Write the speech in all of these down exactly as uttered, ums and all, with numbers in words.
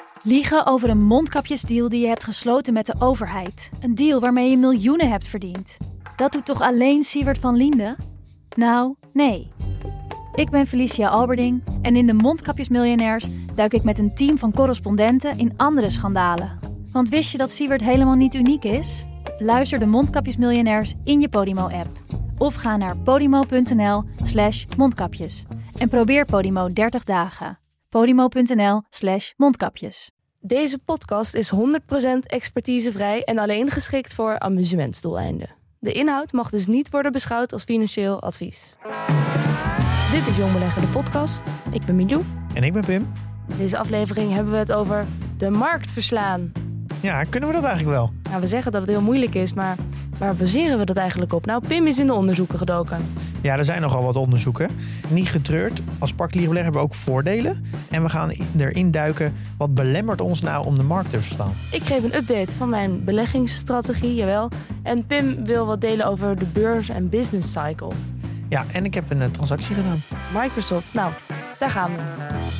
Liegen over een mondkapjesdeal die je hebt gesloten met de overheid. Een deal waarmee je miljoenen hebt verdiend. Dat doet toch alleen Siewert van Liende? Nou, nee. Ik ben Felicia Alberding en in de Mondkapjesmiljonairs duik ik met een team van correspondenten in andere schandalen. Want wist je dat Siewert helemaal niet uniek is? Luister de Mondkapjesmiljonairs in je Podimo-app. Of ga naar podimo.nl slash mondkapjes. En probeer Podimo dertig dagen. Podimo.nl slash mondkapjes. Deze podcast is honderd procent expertisevrij en alleen geschikt voor amusementsdoeleinden. De inhoud mag dus niet worden beschouwd als financieel advies. Dit is Jong Beleggen, de podcast. Ik ben Milou. En ik ben Pim. In deze aflevering hebben we het over de markt verslaan. Ja, kunnen we dat eigenlijk wel? Nou, we zeggen dat het heel moeilijk is, maar waar baseren we dat eigenlijk op? Nou, Pim is in de onderzoeken gedoken. Ja, er zijn nogal wat onderzoeken. Niet getreurd, als particuliere belegger hebben we ook voordelen. En we gaan erin duiken, wat belemmert ons nou om de markt te verslaan? Ik geef een update van mijn beleggingsstrategie, jawel. En Pim wil wat delen over de beurs en business cycle. Ja, en ik heb een uh, transactie gedaan. Microsoft, nou, daar gaan we.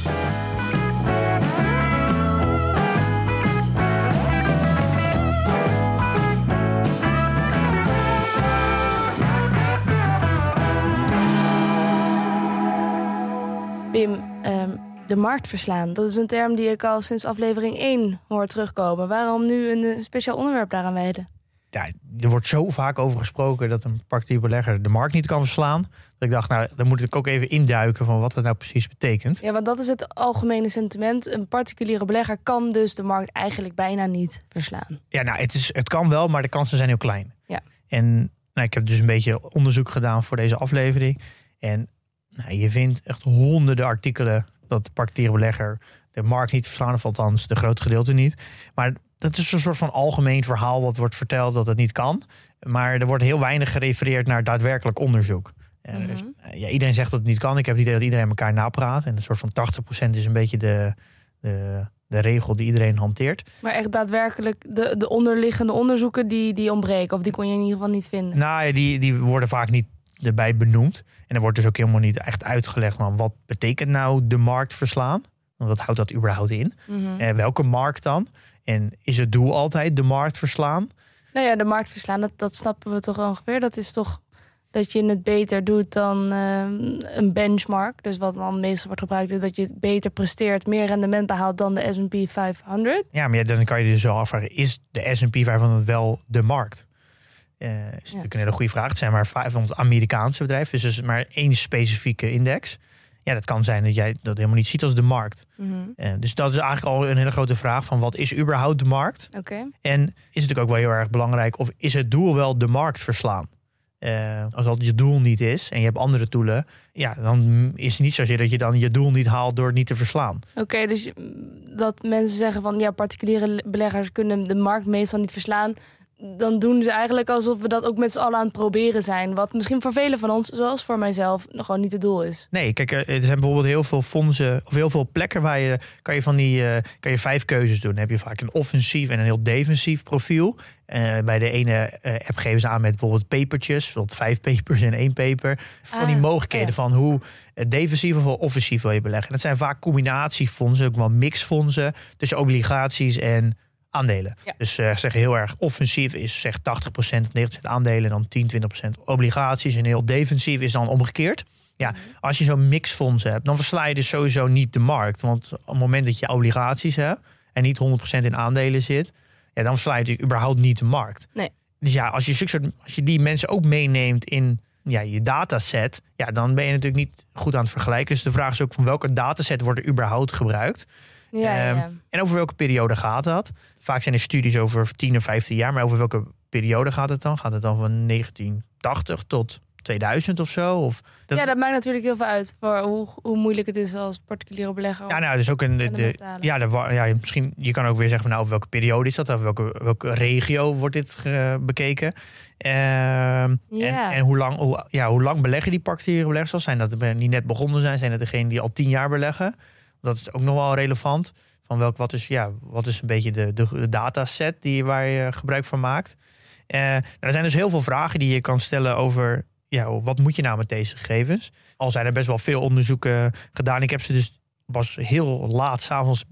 Pim, um, de markt verslaan, dat is een term die ik al sinds aflevering één hoor terugkomen. Waarom nu een uh, speciaal onderwerp daaraan wijden? Ja, er wordt zo vaak over gesproken dat een particuliere belegger de markt niet kan verslaan. Dat ik dacht, nou, dan moet ik ook even induiken van wat dat nou precies betekent. Ja, want dat is het algemene sentiment. Een particuliere belegger kan dus de markt eigenlijk bijna niet verslaan. Ja, nou, het, is, het kan wel, maar de kansen zijn heel klein. Ja. En nou, ik heb dus een beetje onderzoek gedaan voor deze aflevering. En nou, je vindt echt honderden artikelen dat de particuliere belegger de markt niet verslaan, of althans de grote gedeelte niet. Maar dat is een soort van algemeen verhaal wat wordt verteld dat het niet kan. Maar er wordt heel weinig gerefereerd naar daadwerkelijk onderzoek. Mm-hmm. Dus, ja, iedereen zegt dat het niet kan. Ik heb het idee dat iedereen elkaar napraat. En een soort van tachtig procent is een beetje de, de, de regel die iedereen hanteert. Maar echt daadwerkelijk de, de onderliggende onderzoeken die, die ontbreken? Of die kon je in ieder geval niet vinden? Nou ja, die, die worden vaak niet erbij benoemd. En er wordt dus ook helemaal niet echt uitgelegd van wat betekent nou de markt verslaan? Want wat houdt dat überhaupt in? Mm-hmm. Eh, welke markt dan? En is het doel altijd de markt verslaan? Nou ja, de markt verslaan, dat, dat snappen we toch ongeveer. Dat is toch dat je het beter doet dan uh, een benchmark. Dus wat dan meestal wordt gebruikt is dat je het beter presteert, meer rendement behaalt dan de S en P vijfhonderd. Ja, maar ja, dan kan je dus wel afvragen, is de S en P vijfhonderd wel de markt? Uh, is ja. natuurlijk een hele goede vraag. Het zijn maar vijfhonderd Amerikaanse bedrijven, dus er is maar één specifieke index. Ja, dat kan zijn dat jij dat helemaal niet ziet als de markt. Mm-hmm. Uh, dus dat is eigenlijk al een hele grote vraag van wat is überhaupt de markt? Okay. En is het natuurlijk ook wel heel erg belangrijk, of is het doel wel de markt verslaan? Uh, als dat je doel niet is en je hebt andere doelen, ja, dan is het niet zozeer dat je dan je doel niet haalt door het niet te verslaan. Oké, okay, dus dat mensen zeggen van ja, particuliere beleggers kunnen de markt meestal niet verslaan. Dan doen ze eigenlijk alsof we dat ook met z'n allen aan het proberen zijn. Wat misschien voor velen van ons, zoals voor mijzelf, nog gewoon niet het doel is. Nee, kijk, er zijn bijvoorbeeld heel veel fondsen of heel veel plekken waar je kan je van die uh, kan je vijf keuzes doen. Dan heb je vaak een offensief en een heel defensief profiel. Uh, bij de ene uh, app geven ze aan met bijvoorbeeld papertjes, bijvoorbeeld vijf papers en één paper. Van ah, die mogelijkheden ja. van hoe uh, defensief of offensief wil je beleggen. En dat zijn vaak combinatiefondsen, ook wel mixfondsen tussen obligaties en aandelen. Ja. Dus uh, zeg heel erg offensief is zeg tachtig procent of negentig procent aandelen en dan tien, twintig procent obligaties. En heel defensief is dan omgekeerd. Ja, mm-hmm. Als je zo'n mixfonds hebt, dan versla je dus sowieso niet de markt. Want op het moment dat je obligaties hebt en niet honderd procent in aandelen zit, ja, dan versla je natuurlijk überhaupt niet de markt. Nee. Dus ja, als je, als je die mensen ook meeneemt in ja, je dataset, ja, dan ben je natuurlijk niet goed aan het vergelijken. Dus de vraag is ook van welke dataset wordt er überhaupt gebruikt? Ja, um, ja. En over welke periode gaat dat? Vaak zijn er studies over tien of vijftien jaar, maar over welke periode gaat het dan? Gaat het dan van negentien tachtig tot tweeduizend of zo? Of dat... Ja, dat maakt natuurlijk heel veel uit voor hoe, hoe moeilijk het is als particuliere belegger. Ja, nou, dus ook een. De, de, ja, de, ja, misschien je kan ook weer zeggen van nou, over welke periode is dat? Of welke, welke regio wordt dit uh, bekeken? Uh, ja. en, en hoe lang, hoe, ja, hoe lang beleggen die particuliere beleggers? Zijn dat degenen die net begonnen zijn? Zijn dat degenen die al tien jaar beleggen? Dat is ook nog wel relevant. Van welk, wat, is, ja, wat is een beetje de, de, de dataset die, waar je gebruik van maakt? Uh, nou, er zijn dus heel veel vragen die je kan stellen over ja, wat moet je nou met deze gegevens? Al zijn er best wel veel onderzoeken gedaan. Ik heb ze dus pas heel laat 's avonds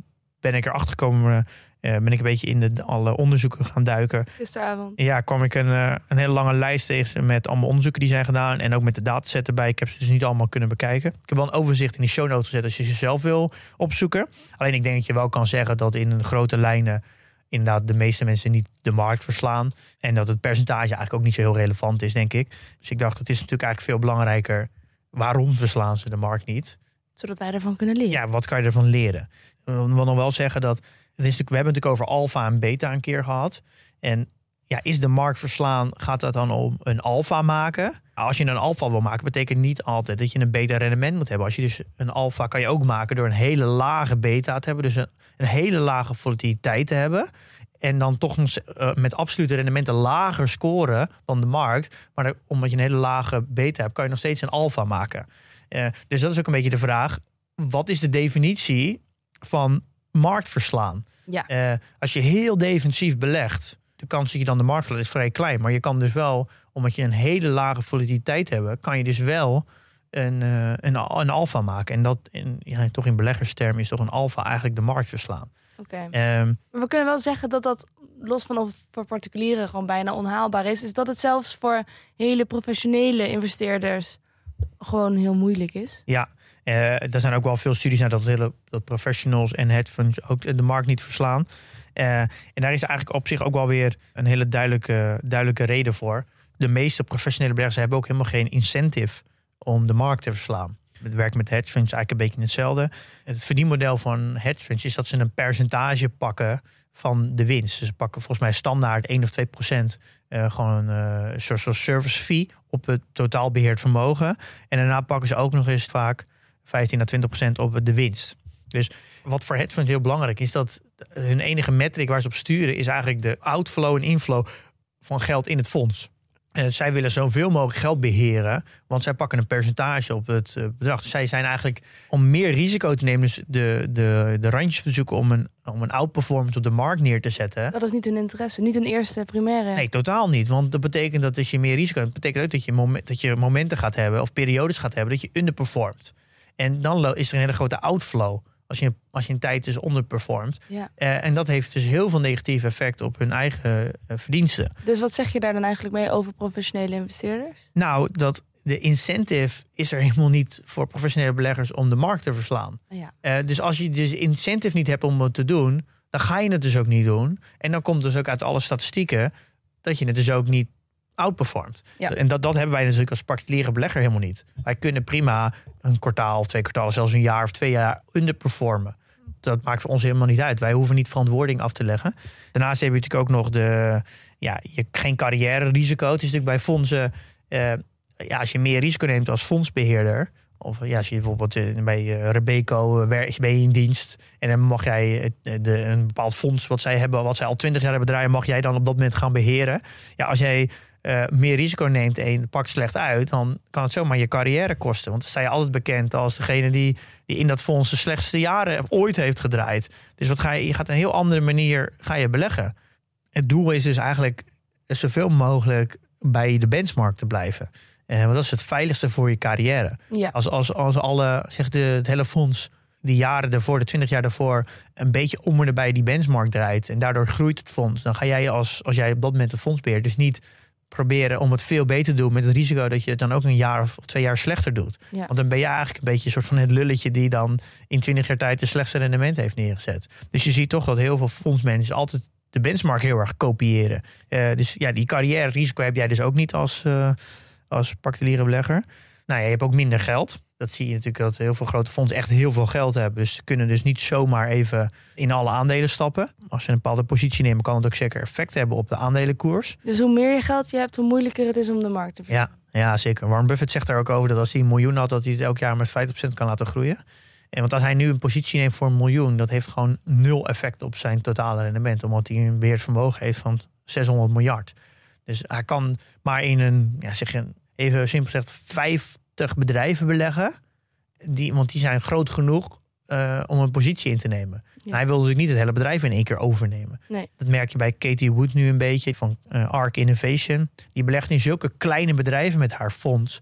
ben ik erachter gekomen, uh, ben ik een beetje in de, alle onderzoeken gaan duiken. Gisteravond. Ja, kwam ik een, uh, een hele lange lijst tegen met allemaal onderzoeken die zijn gedaan. En ook met de dataset erbij. Ik heb ze dus niet allemaal kunnen bekijken. Ik heb wel een overzicht in die show notes gezet als je ze zelf wil opzoeken. Alleen ik denk dat je wel kan zeggen dat in grote lijnen inderdaad de meeste mensen niet de markt verslaan. En dat het percentage eigenlijk ook niet zo heel relevant is, denk ik. Dus ik dacht, het is natuurlijk eigenlijk veel belangrijker. Waarom verslaan ze de markt niet? Zodat wij ervan kunnen leren. Ja, wat kan je ervan leren? Ik wil nog wel zeggen dat... Het is natuurlijk, we hebben het natuurlijk over alfa en beta een keer gehad. En ja, is de markt verslaan, gaat dat dan om een alfa maken? Als je een alfa wil maken, betekent niet altijd dat je een beta rendement moet hebben. Als je dus een alfa kan je ook maken door een hele lage beta te hebben. Dus een, een hele lage volatiliteit te hebben. En dan toch nog uh, met absolute rendementen lager scoren dan de markt. Maar de, omdat je een hele lage beta hebt, kan je nog steeds een alfa maken. Uh, dus dat is ook een beetje de vraag. Wat is de definitie van markt verslaan? Ja. Uh, als je heel defensief belegt, de kans dat je dan de markt verlaat is vrij klein. Maar je kan dus wel, omdat je een hele lage volatiliteit hebt, kan je dus wel een, uh, een, een alfa maken. En dat in, ja, toch in beleggerstermen is toch een alfa eigenlijk de markt verslaan. Oké. Okay. Um, maar we kunnen wel zeggen dat dat, los van of het voor particulieren gewoon bijna onhaalbaar is, is dat het zelfs voor hele professionele investeerders gewoon heel moeilijk is. Ja. Uh, er zijn ook wel veel studies naar dat, hele, dat professionals en hedge funds ook de markt niet verslaan. Uh, en daar is eigenlijk op zich ook wel weer een hele duidelijke, duidelijke reden voor. De meeste professionele beleggers hebben ook helemaal geen incentive om de markt te verslaan. Het werkt met hedge funds eigenlijk een beetje hetzelfde. Het verdienmodel van hedge funds is dat ze een percentage pakken van de winst. Dus ze pakken volgens mij standaard één of twee procent uh, gewoon een uh, soort service fee op het totaal beheerd vermogen. En daarna pakken ze ook nog eens vaak vijftien à twintig procent op de winst. Dus wat voor hedge funds heel belangrijk is, dat hun enige metric waar ze op sturen is eigenlijk de outflow en inflow van geld in het fonds. Uh, zij willen zoveel mogelijk geld beheren, want zij pakken een percentage op het uh, bedrag. Dus zij zijn eigenlijk, om meer risico te nemen, dus de, de, de randjes te zoeken om een, om een outperformance op de markt neer te zetten. Dat is niet hun interesse, niet hun eerste primaire. Nee, totaal niet. Want dat betekent dat als je meer risico hebt, betekent ook dat je, moment, dat je momenten gaat hebben of periodes gaat hebben dat je underperformt. En dan is er een hele grote outflow als je, als je een tijd dus onderperformt. Ja. Uh, en dat heeft dus heel veel negatieve effect op hun eigen uh, verdiensten. Dus wat zeg je daar dan eigenlijk mee over professionele investeerders? Nou, dat de incentive is er helemaal niet voor professionele beleggers om de markt te verslaan. Ja. Uh, dus als je dus incentive niet hebt om het te doen, dan ga je het dus ook niet doen. En dan komt dus ook uit alle statistieken dat je het dus ook niet outperformt. Ja. En dat, dat hebben wij natuurlijk als particuliere belegger helemaal niet. Wij kunnen prima een kwartaal of twee kwartalen, zelfs een jaar of twee jaar underperformen. Dat maakt voor ons helemaal niet uit. Wij hoeven niet verantwoording af te leggen. Daarnaast heb je natuurlijk ook nog de, ja, je, geen carrière risico. Het is natuurlijk bij fondsen, uh, ja, als je meer risico neemt als fondsbeheerder, of ja, als je bijvoorbeeld uh, bij uh, Robeco uh, ben je in dienst en dan mag jij uh, de, een bepaald fonds wat zij hebben, wat zij al twintig jaar hebben draaien, mag jij dan op dat moment gaan beheren. Ja, als jij Uh, meer risico neemt en het pakt slecht uit, dan kan het zomaar je carrière kosten. Want dan sta je altijd bekend als degene die, die in dat fonds de slechtste jaren ooit heeft gedraaid. Dus wat ga je, je gaat op een heel andere manier ga je beleggen. Het doel is dus eigenlijk zoveel mogelijk bij de benchmark te blijven. Uh, want dat is het veiligste voor je carrière. Ja. Als, als, als alle, zeg de, het hele fonds die jaren daarvoor, de twintig jaar daarvoor, een beetje om en erbij die benchmark draait en daardoor groeit het fonds, dan ga jij als, als jij op dat moment het fonds beheert, dus niet proberen om het veel beter te doen met het risico dat je het dan ook een jaar of twee jaar slechter doet. Ja. Want dan ben je eigenlijk een beetje een soort van het lulletje die dan in twintig jaar tijd de slechtste rendement heeft neergezet. Dus je ziet toch dat heel veel fondsmanagers altijd de benchmark heel erg kopiëren. Uh, dus ja, die carrière risico heb jij dus ook niet als, uh, als particuliere belegger. Nou ja, je hebt ook minder geld. Dat zie je natuurlijk dat heel veel grote fondsen echt heel veel geld hebben. Dus ze kunnen dus niet zomaar even in alle aandelen stappen. Als ze een bepaalde positie nemen, kan het ook zeker effect hebben op de aandelenkoers. Dus hoe meer je geld je hebt, hoe moeilijker het is om de markt te verslaan. Ja, ja, zeker. Warren Buffett zegt daar ook over dat als hij een miljoen had, dat hij het elk jaar met vijftig procent kan laten groeien. En want als hij nu een positie neemt voor een miljoen, dat heeft gewoon nul effect op zijn totale rendement. Omdat hij een beheerd vermogen heeft van zeshonderd miljard. Dus hij kan maar in een, ja, zeg je, even simpel gezegd, vijftig bedrijven beleggen. Die, want die zijn groot genoeg uh, om een positie in te nemen. Ja. Hij wil natuurlijk niet het hele bedrijf in één keer overnemen. Nee. Dat merk je bij Katie Wood nu een beetje van uh, Ark Innovation. Die belegt in zulke kleine bedrijven met haar fonds,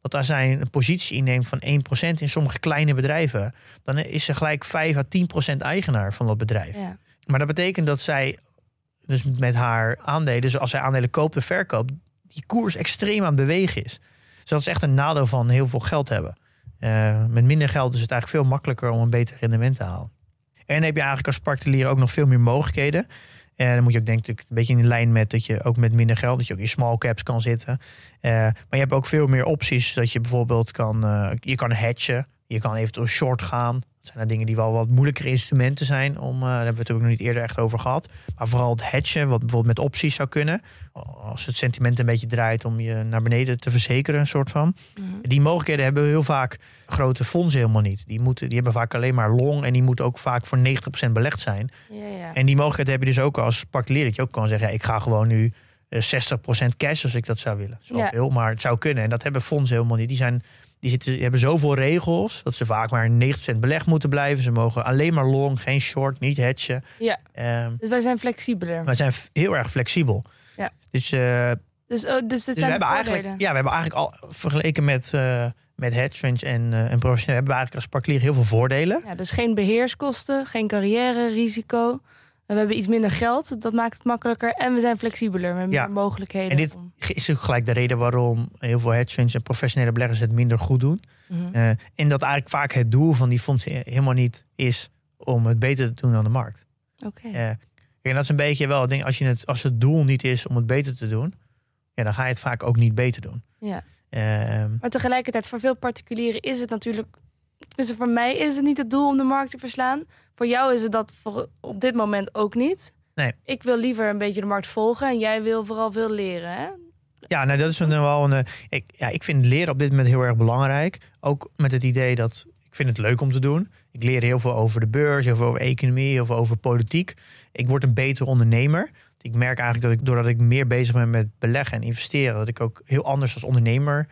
Want als zij een positie inneemt van één procent in sommige kleine bedrijven, dan is ze gelijk vijf à tien procent eigenaar van dat bedrijf. Ja. Maar dat betekent dat zij dus met haar aandelen, dus als zij aandelen koopt en verkoopt, die koers extreem aan het bewegen is. Dus dat is echt een nadeel van heel veel geld hebben. Uh, met minder geld is het eigenlijk veel makkelijker om een beter rendement te halen. En dan heb je eigenlijk als particulier ook nog veel meer mogelijkheden. En dan moet je ook denk ik een beetje in lijn met dat je ook met minder geld, dat je ook in small caps kan zitten. Uh, maar je hebt ook veel meer opties. Dat je bijvoorbeeld kan, uh, je kan hedgen. Je kan eventueel short gaan. Dat zijn er dingen die wel wat moeilijkere instrumenten zijn. Om, uh, daar hebben we het ook nog niet eerder echt over gehad. Maar vooral het hedgen, wat bijvoorbeeld met opties zou kunnen. Als het sentiment een beetje draait om je naar beneden te verzekeren, een soort van. Mm-hmm. Die mogelijkheden hebben heel vaak grote fondsen helemaal niet. Die, moeten, die hebben vaak alleen maar long en die moeten ook vaak voor negentig procent belegd zijn. Ja, ja. En die mogelijkheid heb je dus ook als particulier. Dat je ook kan zeggen, ja, ik ga gewoon nu uh, zestig procent cash als ik dat zou willen. Dat is wel Ja. veel, maar het zou kunnen. En dat hebben fondsen helemaal niet. Die zijn... Die, zitten, die hebben zoveel regels dat ze vaak maar negentig procent belegd moeten blijven. Ze mogen alleen maar long, geen short, niet hedgen. Ja. Um, Dus wij zijn flexibeler. wij zijn f- heel erg flexibel. Ja. Dus, uh, Dus, oh, dus dit dus we zijn hebben de eigenlijk, voordelen. ja, we hebben eigenlijk al vergeleken met, uh, met hedge funds en, uh, en professioneel hebben we eigenlijk als particulier heel veel voordelen. Ja, dus geen beheerskosten, geen carrière-risico. We hebben iets minder geld, dat maakt het makkelijker. En we zijn flexibeler, met meer Ja. mogelijkheden. En dit om... is ook gelijk de reden waarom heel veel hedge funds en professionele beleggers het minder goed doen. Mm-hmm. Uh, en dat eigenlijk vaak het doel van die fondsen helemaal niet is om het beter te doen dan de markt. Oké. Uh, en dat is een beetje wel het ding, als, je het, als het doel niet is om het beter te doen, ja, dan ga je het vaak ook niet beter doen. Ja. Uh, Maar tegelijkertijd, voor veel particulieren is het natuurlijk... Tenminste, voor mij is het niet het doel om de markt te verslaan. Voor jou is het dat voor op dit moment ook niet. Nee. Ik wil liever een beetje de markt volgen en jij wil vooral veel leren, hè? Ja, nou, dat is een, wel een. Ik, ja, ik vind leren op dit moment heel erg belangrijk. Ook met het idee dat ik vind het leuk om te doen. Ik leer heel veel over de beurs, heel veel over economie, heel veel over politiek. Ik word een beter ondernemer. Ik merk eigenlijk dat ik, doordat ik meer bezig ben met beleggen en investeren, dat ik ook heel anders als ondernemer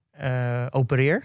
uh, opereer.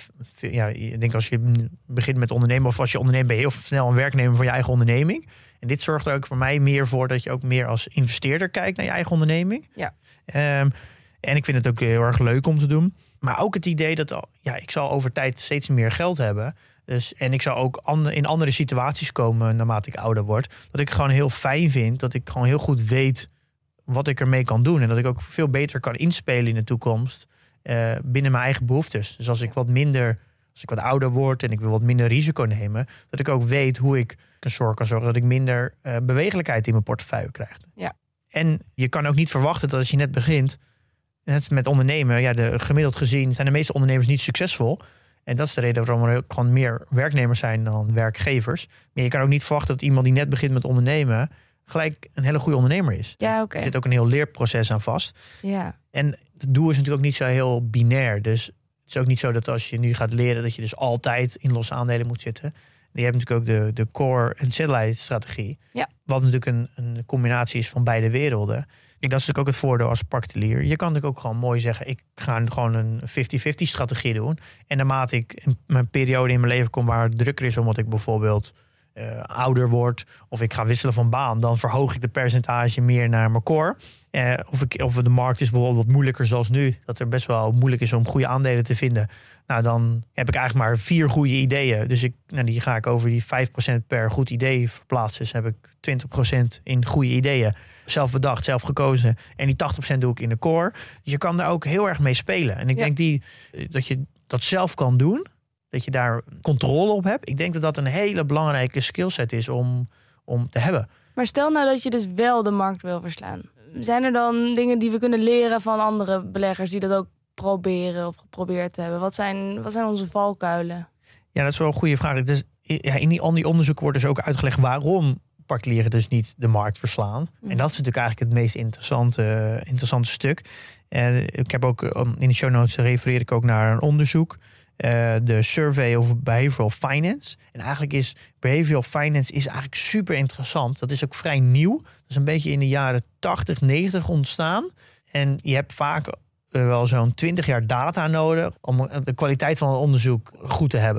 Ja, ik denk als je begint met ondernemen of als je onderneemt, ben je heel snel een werknemer van je eigen onderneming. En dit zorgt er ook voor mij meer voor dat je ook meer als investeerder kijkt naar je eigen onderneming. Ja. Um, en ik vind het ook heel erg leuk om te doen. Maar ook het idee dat ja, ik zal over tijd steeds meer geld hebben. Dus, en ik zou ook ander, in andere situaties komen naarmate ik ouder word. Dat ik gewoon heel fijn vind. Dat ik gewoon heel goed weet wat ik ermee kan doen. En dat ik ook veel beter kan inspelen in de toekomst. Uh, binnen mijn eigen behoeftes. Dus als ik wat minder, als ik wat ouder word en ik wil wat minder risico nemen, dat ik ook weet hoe ik kan zorgen, kan zorgen dat ik minder uh, bewegelijkheid in mijn portefeuille krijg. Ja. En je kan ook niet verwachten dat als je net begint, net met ondernemen, ja, de, gemiddeld gezien zijn de meeste ondernemers niet succesvol. En dat is de reden waarom er gewoon meer werknemers zijn dan werkgevers. Maar je kan ook niet verwachten dat iemand die net begint met ondernemen gelijk een hele goede ondernemer is. Ja, oké. Er zit ook een heel leerproces aan vast. Ja. En het doel is natuurlijk ook niet zo heel binair. Dus het is ook niet zo dat als je nu gaat leren dat je dus altijd in losse aandelen moet zitten. Je hebt natuurlijk ook de, de core en satellite strategie. Ja. Wat natuurlijk een, een combinatie is van beide werelden. Kijk, dat is natuurlijk ook het voordeel als particulier. Je kan natuurlijk ook gewoon mooi zeggen, ik ga gewoon een vijftig vijftig strategie doen. En naarmate ik in mijn periode in mijn leven kom waar het drukker is, omdat ik bijvoorbeeld Uh, ouder word of ik ga wisselen van baan, dan verhoog ik de percentage meer naar mijn core. Uh, of, ik, of de markt is bijvoorbeeld wat moeilijker zoals nu, dat er best wel moeilijk is om goede aandelen te vinden. Nou, dan heb ik eigenlijk maar vier goede ideeën. Dus ik, nou, die ga ik over die vijf procent per goed idee verplaatsen. Dus dan heb ik twintig procent in goede ideeën. Zelf bedacht, zelf gekozen. En die tachtig procent doe ik in de core. Dus je kan daar ook heel erg mee spelen. En ik Ja. denk die, dat je dat zelf kan doen, dat je daar controle op hebt. Ik denk dat dat een hele belangrijke skillset is om, om te hebben. Maar stel nou dat je dus wel de markt wil verslaan. Zijn er dan dingen die we kunnen leren van andere beleggers die dat ook proberen of geprobeerd hebben? Wat zijn, wat zijn onze valkuilen? Ja, dat is wel een goede vraag. Dus, ja, in die, al die onderzoeken wordt dus ook uitgelegd waarom particulieren dus niet de markt verslaan. Mm. En dat is natuurlijk eigenlijk het meest interessante, interessante stuk. En ik heb ook in de show notes refereer ik ook naar een onderzoek. Uh, de Survey of Behavioral Finance. En eigenlijk is Behavioral Finance is eigenlijk super interessant. Dat is ook vrij nieuw. Dat is een beetje in de jaren tachtig, negentig ontstaan. En je hebt vaak uh, wel zo'n twintig jaar data nodig om de kwaliteit van het onderzoek goed te hebben.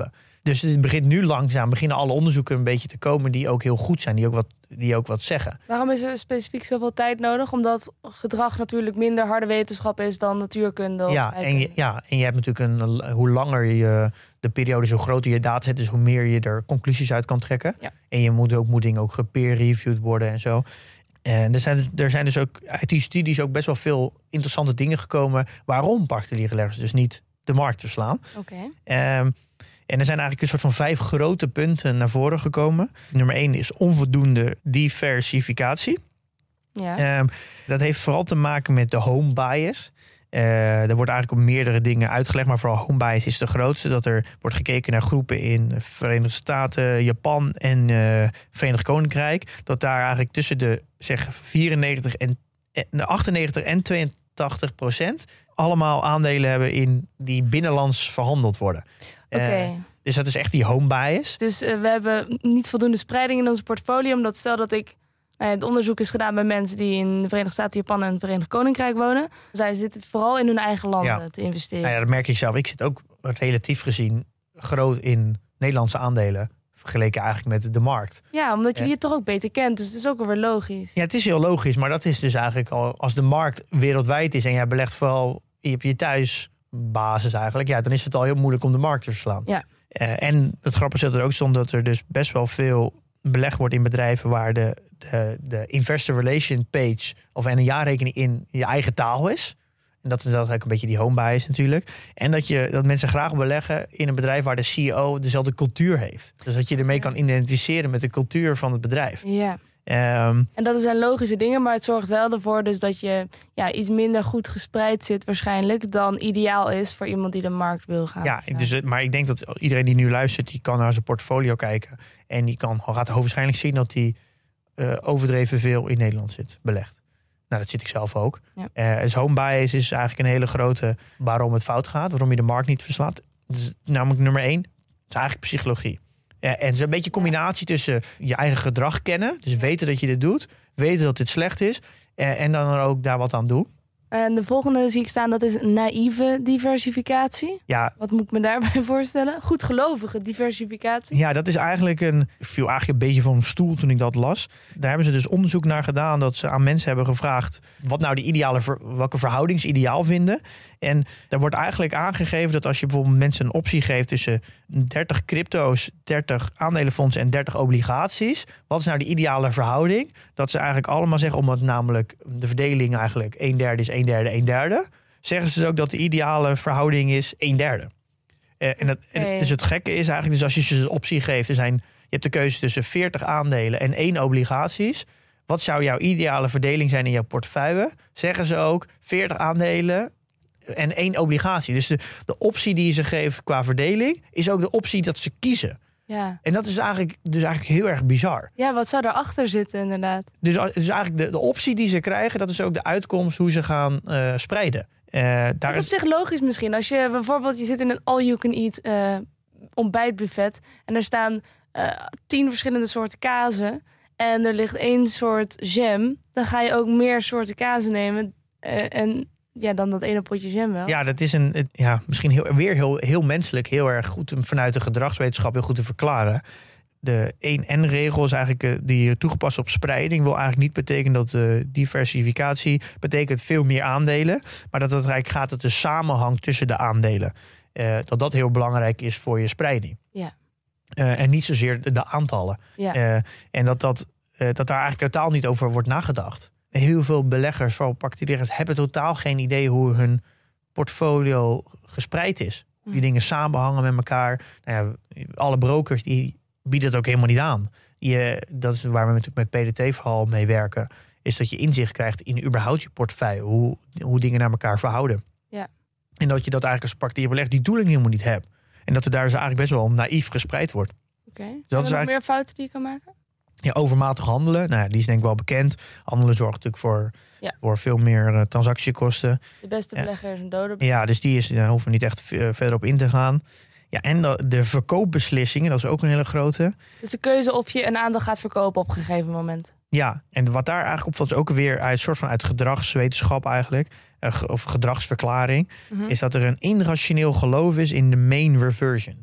Dus het begint nu langzaam, beginnen alle onderzoeken een beetje te komen die ook heel goed zijn, die ook wat, die ook wat zeggen. Waarom is er specifiek zoveel tijd nodig? Omdat gedrag natuurlijk minder harde wetenschap is dan natuurkunde. Of ja, en je, ja, en je hebt natuurlijk een, hoe langer je de periode, zo groter je dataset is, hoe meer je er conclusies uit kan trekken. Ja. En je moet ook, moet dingen ook gepeer-reviewed worden en zo. En er zijn, er zijn dus ook uit die studies ook best wel veel interessante dingen gekomen waarom parkteleerleggers dus niet de markt verslaan. Oké. Okay. Um, En er zijn eigenlijk een soort van vijf grote punten naar voren gekomen. Nummer één is onvoldoende diversificatie. Ja. Um, dat heeft vooral te maken met de home bias. Uh, er wordt eigenlijk op meerdere dingen uitgelegd, maar vooral home bias is de grootste. Dat er wordt gekeken naar groepen in de Verenigde Staten, Japan en uh, Verenigd Koninkrijk. Dat daar eigenlijk tussen de zeg vierennegentig en achtennegentig en tweeëntachtig procent allemaal aandelen hebben in die binnenlands verhandeld worden. Oké. Okay. Uh, dus dat is echt die home bias. Dus uh, we hebben niet voldoende spreiding in ons portfolio. Omdat stel dat ik... Nou ja, het onderzoek is gedaan bij mensen die in de Verenigde Staten, Japan en het Verenigd Koninkrijk wonen. Zij zitten vooral in hun eigen landen ja. te investeren. Nou ja, dat merk ik zelf. Ik zit ook relatief gezien groot in Nederlandse aandelen. Vergeleken eigenlijk met de markt. Ja, omdat je die ja. toch ook beter kent. Dus het is ook weer logisch. Ja, het is heel logisch. Maar dat is dus eigenlijk al... Als de markt wereldwijd is en jij belegt vooral... Je hebt je thuisbasis eigenlijk. Ja, dan is het al heel moeilijk om de markt te verslaan. Ja. Uh, en het grappige is dat er ook stond dat er dus best wel veel belegd wordt in bedrijven waar de, de, de investor relation page of en een jaarrekening in je eigen taal is. En dat is eigenlijk een beetje die home bias natuurlijk. En dat, je, dat mensen graag beleggen in een bedrijf waar de C E O dezelfde cultuur heeft. Dus dat je ermee kan identificeren met de cultuur van het bedrijf. Ja. Um, en dat zijn logische dingen, maar het zorgt wel ervoor dus dat je ja, iets minder goed gespreid zit waarschijnlijk dan ideaal is voor iemand die de markt wil gaan. Ja, dus, maar ik denk dat iedereen die nu luistert, die kan naar zijn portfolio kijken. En die kan, gaat hoogstwaarschijnlijk zien dat hij uh, overdreven veel in Nederland zit, belegd. Nou, dat zit ik zelf ook. Ja. Uh, dus home bias is eigenlijk een hele grote waarom het fout gaat, waarom je de markt niet verslaat. Dat is namelijk nummer één, het is eigenlijk psychologie. Ja, en het is een beetje een combinatie tussen je eigen gedrag kennen. Dus weten dat je dit doet. Weten dat dit slecht is. En, en dan ook daar wat aan doen. En de volgende zie ik staan, dat is naïeve diversificatie. Ja. Wat moet ik me daarbij voorstellen? Goedgelovige diversificatie. Ja, dat is eigenlijk een... Ik viel eigenlijk een beetje van mijn stoel toen ik dat las. Daar hebben ze dus onderzoek naar gedaan. Dat ze aan mensen hebben gevraagd wat nou de ideale, welke verhouding ze ideaal vinden. En daar wordt eigenlijk aangegeven dat als je bijvoorbeeld mensen een optie geeft tussen dertig crypto's, dertig aandelenfondsen en dertig obligaties. Wat is nou de ideale verhouding? Dat ze eigenlijk allemaal zeggen, omdat namelijk de verdeling eigenlijk een derde is een derde, een derde. Zeggen ze dus ook dat de ideale verhouding is een derde. Uh, en dat, okay. Dus het gekke is eigenlijk, dus als je ze een optie geeft, er zijn, je hebt de keuze tussen veertig aandelen en één obligaties. Wat zou jouw ideale verdeling zijn in jouw portefeuille? Zeggen ze ook veertig aandelen en één obligatie. Dus de, de optie die ze geeft qua verdeling is ook de optie dat ze kiezen. Ja. En dat is eigenlijk, dus eigenlijk heel erg bizar. Ja, wat zou daarachter zitten inderdaad? Dus, dus eigenlijk de, de optie die ze krijgen, dat is ook de uitkomst hoe ze gaan uh, spreiden. Uh, daar dat is op zich logisch misschien. Als je bijvoorbeeld, je zit in een all-you-can-eat uh, ontbijtbuffet en er staan uh, tien verschillende soorten kazen en er ligt één soort jam, dan ga je ook meer soorten kazen nemen uh, en ja, dan dat ene potje jam wel. Ja, dat is een, het, ja, misschien heel, weer heel, heel menselijk, heel erg goed vanuit de gedragswetenschap heel goed te verklaren. De één N-regel is eigenlijk uh, die toegepast op spreiding. Wil eigenlijk niet betekenen dat uh, diversificatie betekent veel meer aandelen. Maar dat het eigenlijk gaat dat de samenhang tussen de aandelen. Uh, dat dat heel belangrijk is voor je spreiding. Ja. Uh, en niet zozeer de, de aantallen. Ja. Uh, en dat, dat, uh, dat daar eigenlijk totaal niet over wordt nagedacht. Heel veel beleggers, vooral particuliers, hebben totaal geen idee hoe hun portfolio gespreid is. Hoe die dingen samenhangen met elkaar. Nou ja, alle brokers die bieden het ook helemaal niet aan. Je, dat is waar we natuurlijk met P D T vooral mee werken. Is dat je inzicht krijgt in überhaupt je portefeuille. Hoe, hoe dingen naar elkaar verhouden. Ja. En dat je dat eigenlijk als particulier belegger die doeling helemaal niet hebt. En dat er daar dus eigenlijk best wel naïef gespreid wordt. Oké. Okay. Zijn er nog meer fouten die je kan maken? Ja, overmatig handelen, nou ja, die is denk ik wel bekend. Handelen zorgt natuurlijk voor, ja. voor veel meer uh, transactiekosten. De beste belegger is een dode. Ja, dus die is, daar hoeven we niet echt uh, verder op in te gaan. Ja, en de, de verkoopbeslissingen, dat is ook een hele grote. Dus de keuze of je een aandeel gaat verkopen op een gegeven moment. Ja, en wat daar eigenlijk opvalt is ook weer uit soort van uit gedragswetenschap eigenlijk, uh, of gedragsverklaring, mm-hmm. is dat er een irrationeel geloof is in de main reversion.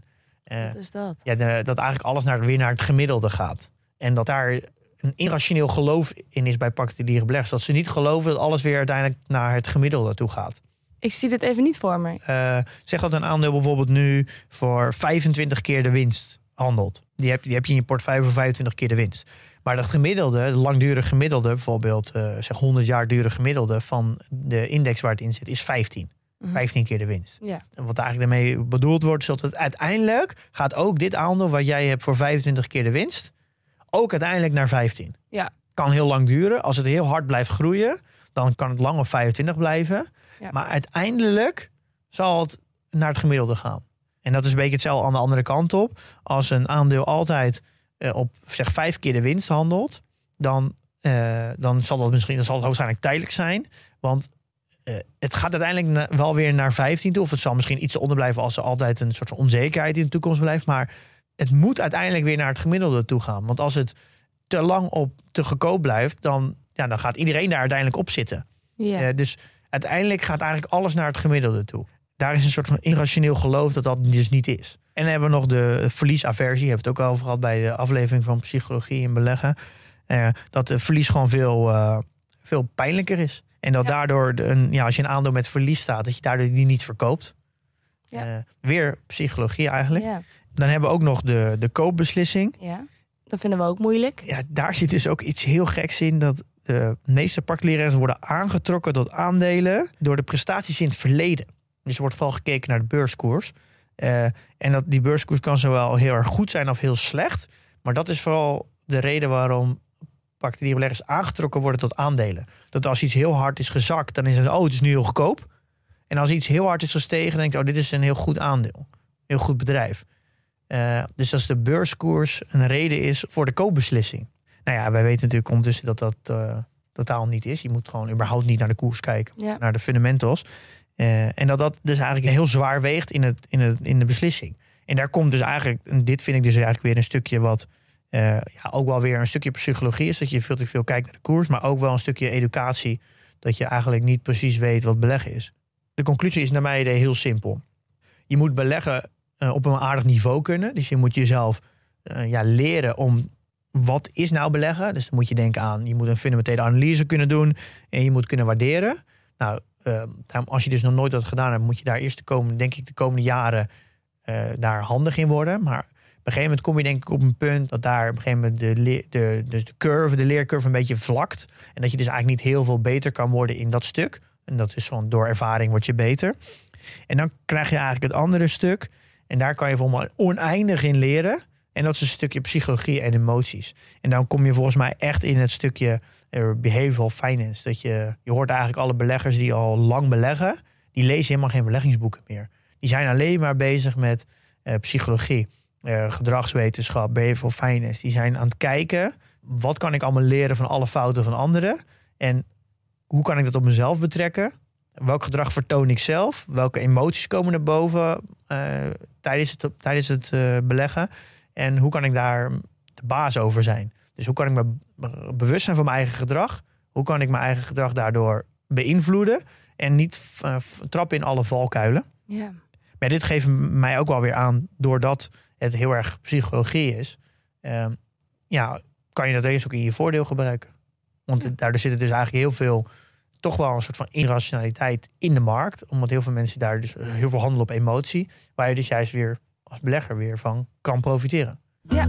Uh, Wat is dat? Ja, de, dat eigenlijk alles naar, weer naar het gemiddelde gaat. En dat daar een irrationeel geloof in is bij particuliere beleggers. Dat ze niet geloven dat alles weer uiteindelijk naar het gemiddelde toe gaat. Ik zie dit even niet voor me. Uh, zeg dat een aandeel bijvoorbeeld nu voor vijfentwintig keer de winst handelt. Die heb, die heb je in je portefeuille voor vijfentwintig keer de winst. Maar dat gemiddelde, de langdurig gemiddelde, bijvoorbeeld uh, zeg honderd jaar dure gemiddelde van de index waar het in zit, is vijftien. Mm-hmm. vijftien keer de winst. Ja. En wat eigenlijk daarmee bedoeld wordt, is dat het uiteindelijk gaat ook dit aandeel wat jij hebt voor vijfentwintig keer de winst, ook uiteindelijk naar vijftien. Ja. Kan heel lang duren. Als het heel hard blijft groeien, dan kan het lang op vijfentwintig blijven. Ja. Maar uiteindelijk zal het naar het gemiddelde gaan. En dat is een beetje hetzelfde aan de andere kant op. Als een aandeel altijd uh, op zeg vijf keer de winst handelt, dan, uh, dan zal dat misschien dan zal het waarschijnlijk tijdelijk zijn. Want uh, het gaat uiteindelijk na, wel weer naar vijftien toe. Of het zal misschien iets eronder blijven als er altijd een soort van onzekerheid in de toekomst blijft. Maar het moet uiteindelijk weer naar het gemiddelde toe gaan. Want als het te lang op te goedkoop blijft, dan, ja, dan gaat iedereen daar uiteindelijk op zitten. Ja. Uh, dus uiteindelijk gaat eigenlijk alles naar het gemiddelde toe. Daar is een soort van irrationeel geloof dat dat dus niet is. En dan hebben we nog de verliesaversie. Hebben we het ook over gehad bij de aflevering van Psychologie in Beleggen. Uh, dat de verlies gewoon veel, uh, veel pijnlijker is. En dat ja. daardoor, de, een, ja, als je een aandeel met verlies staat, dat je daardoor die niet verkoopt. Ja. Uh, weer psychologie eigenlijk. Ja. Dan hebben we ook nog de, de koopbeslissing. Ja, dat vinden we ook moeilijk. Ja, daar zit dus ook iets heel geks in. Dat de meeste particulieren worden aangetrokken tot aandelen door de prestaties in het verleden. Dus er wordt vooral gekeken naar de beurskoers. Uh, en dat die beurskoers kan zowel heel erg goed zijn of heel slecht. Maar dat is vooral de reden waarom particuliere beleggers aangetrokken worden tot aandelen. Dat als iets heel hard is gezakt, dan is het, oh, het is nu heel goedkoop. En als iets heel hard is gestegen, dan denk je, oh, dit is een heel goed aandeel. Heel goed bedrijf. Uh, dus als de beurskoers een reden is voor de koopbeslissing. Nou ja, wij weten natuurlijk ondertussen dat dat uh, totaal niet is. Je moet gewoon überhaupt niet naar de koers kijken, ja. naar de fundamentals. Uh, en dat dat dus eigenlijk heel zwaar weegt in, het, in, het, in de beslissing. En daar komt dus eigenlijk, en dit vind ik dus eigenlijk weer een stukje wat uh, ja, ook wel weer een stukje psychologie is. Dat je veel te veel kijkt naar de koers, maar ook wel een stukje educatie. Dat je eigenlijk niet precies weet wat beleggen is. De conclusie is naar mij heel simpel. Je moet beleggen uh, op een aardig niveau kunnen. Dus je moet jezelf uh, ja, leren om wat is nou beleggen. Dus dan moet je denken aan, je moet een fundamentele analyse kunnen doen. En je moet kunnen waarderen. Nou, Uh, als je dus nog nooit dat gedaan hebt, moet je daar eerst de komende, denk ik, de komende jaren uh, daar handig in worden. Maar op een gegeven moment kom je denk ik op een punt dat daar op een gegeven moment de, le- de, de, de curve, de leercurve een beetje vlakt. En dat je dus eigenlijk niet heel veel beter kan worden in dat stuk. En dat is van door ervaring word je beter. En dan krijg je eigenlijk het andere stuk. En daar kan je volgens mij oneindig in leren. En dat is een stukje psychologie en emoties. En dan kom je volgens mij echt in het stukje behavioral finance. Dat je, je hoort eigenlijk alle beleggers die al lang beleggen, die lezen helemaal geen beleggingsboeken meer. Die zijn alleen maar bezig met uh, psychologie, uh, gedragswetenschap, behavioral finance. Die zijn aan het kijken, wat kan ik allemaal leren van alle fouten van anderen? En hoe kan ik dat op mezelf betrekken? Welk gedrag vertoon ik zelf? Welke emoties komen er boven uh, tijdens het, tijdens het uh, beleggen? En hoe kan ik daar de baas over zijn? Dus hoe kan ik me bewust zijn van mijn eigen gedrag? Hoe kan ik mijn eigen gedrag daardoor beïnvloeden? En niet uh, trappen in alle valkuilen. Ja. Maar dit geeft mij ook wel weer aan, doordat het heel erg psychologie is. Uh, ja, kan je dat deze ook in je voordeel gebruiken. Want ja. daardoor zit er dus eigenlijk heel veel, toch wel een soort van irrationaliteit in de markt. Omdat heel veel mensen daar dus heel veel handelen op emotie. Waar je dus juist weer als belegger weer van kan profiteren. Ja.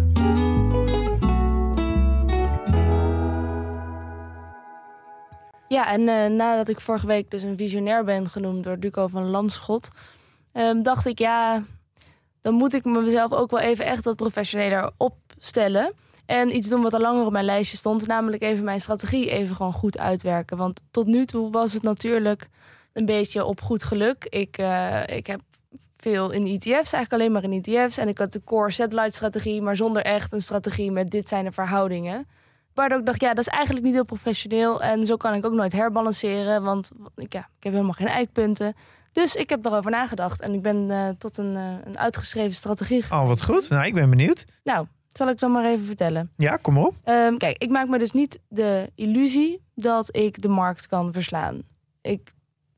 Ja, en uh, nadat ik vorige week dus een visionair ben genoemd door Duco van Landschot, um, dacht ik, ja, dan moet ik mezelf ook wel even echt wat professioneler opstellen. En iets doen wat al langer op mijn lijstje stond, namelijk even mijn strategie even gewoon goed uitwerken. Want tot nu toe was het natuurlijk een beetje op goed geluk. Ik, uh, ik heb veel in E T F's, eigenlijk alleen maar in E T F's. En ik had de core satellite strategie, maar zonder echt een strategie met dit zijn de verhoudingen. Waardoor ik dacht, ja, dat is eigenlijk niet heel professioneel. En zo kan ik ook nooit herbalanceren, want ja, ik heb helemaal geen eikpunten. Dus ik heb erover nagedacht en ik ben uh, tot een, uh, een uitgeschreven strategie gekomen. Oh, wat goed. Nou, ik ben benieuwd. Nou, zal ik dan maar even vertellen. Ja, kom op. Um, kijk, ik maak me dus niet de illusie dat ik de markt kan verslaan. Ik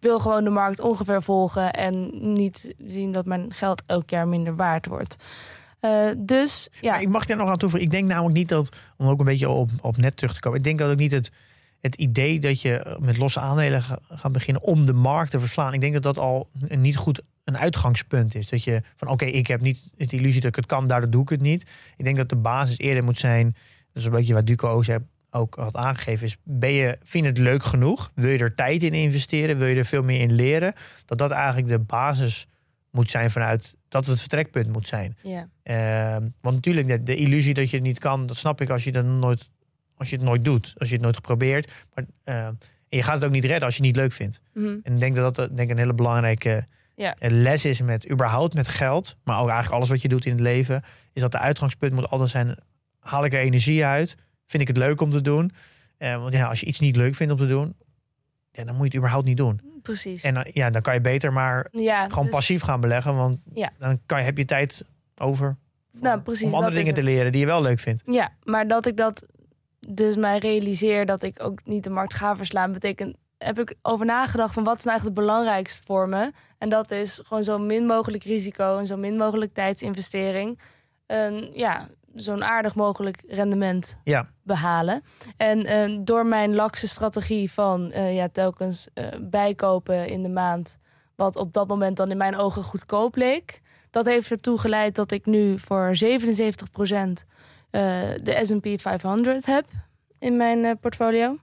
wil gewoon de markt ongeveer volgen en niet zien dat mijn geld elk jaar minder waard wordt. Uh, dus ja. Maar ik mag daar nog aan toevoegen. Ik denk namelijk niet dat, om ook een beetje op, op net terug te komen. Ik denk dat ook niet het, het idee dat je met losse aandelen gaat beginnen om de markt te verslaan. Ik denk dat dat al een niet goed een uitgangspunt is. Dat je van oké, okay, ik heb niet het illusie dat ik het kan, daardoor doe ik het niet. Ik denk dat de basis eerder moet zijn, dat is een beetje wat Duco ook had aangegeven, is ben je, vind je het leuk genoeg? Wil je er tijd in investeren? Wil je er veel meer in leren? Dat dat eigenlijk de basis moet zijn vanuit, dat het vertrekpunt moet zijn. Ja. Uh, want natuurlijk, de, de illusie dat je het niet kan, dat snap ik als je, dat nooit, als je het nooit doet. Als je het nooit geprobeerd. Maar uh, en je gaat het ook niet redden als je het niet leuk vindt. Mm-hmm. En ik denk dat dat denk ik, een hele belangrijke ja. les is met überhaupt met geld. Maar ook eigenlijk alles wat je doet in het leven. Is dat de uitgangspunt moet altijd zijn, haal ik er energie uit? Vind ik het leuk om te doen? Uh, want ja, als je iets niet leuk vindt om te doen, ja, dan moet je het überhaupt niet doen. Precies. En dan, ja, dan kan je beter maar ja, gewoon dus, passief gaan beleggen. Want ja. dan kan je, heb je tijd over nou, precies, om andere dingen te leren die je wel leuk vindt. Ja, maar dat ik dat dus mij realiseer dat ik ook niet de markt ga verslaan, betekent, heb ik over nagedacht van wat is nou eigenlijk het belangrijkste voor me. En dat is gewoon zo min mogelijk risico en zo min mogelijk tijdsinvestering. En ja, zo'n aardig mogelijk rendement ja. behalen. En uh, door mijn lakse strategie van uh, ja, telkens uh, bijkopen in de maand, wat op dat moment dan in mijn ogen goedkoop leek, dat heeft ertoe geleid dat ik nu voor zevenenzeventig procent uh, de S en P vijfhonderd heb in mijn uh, portfolio.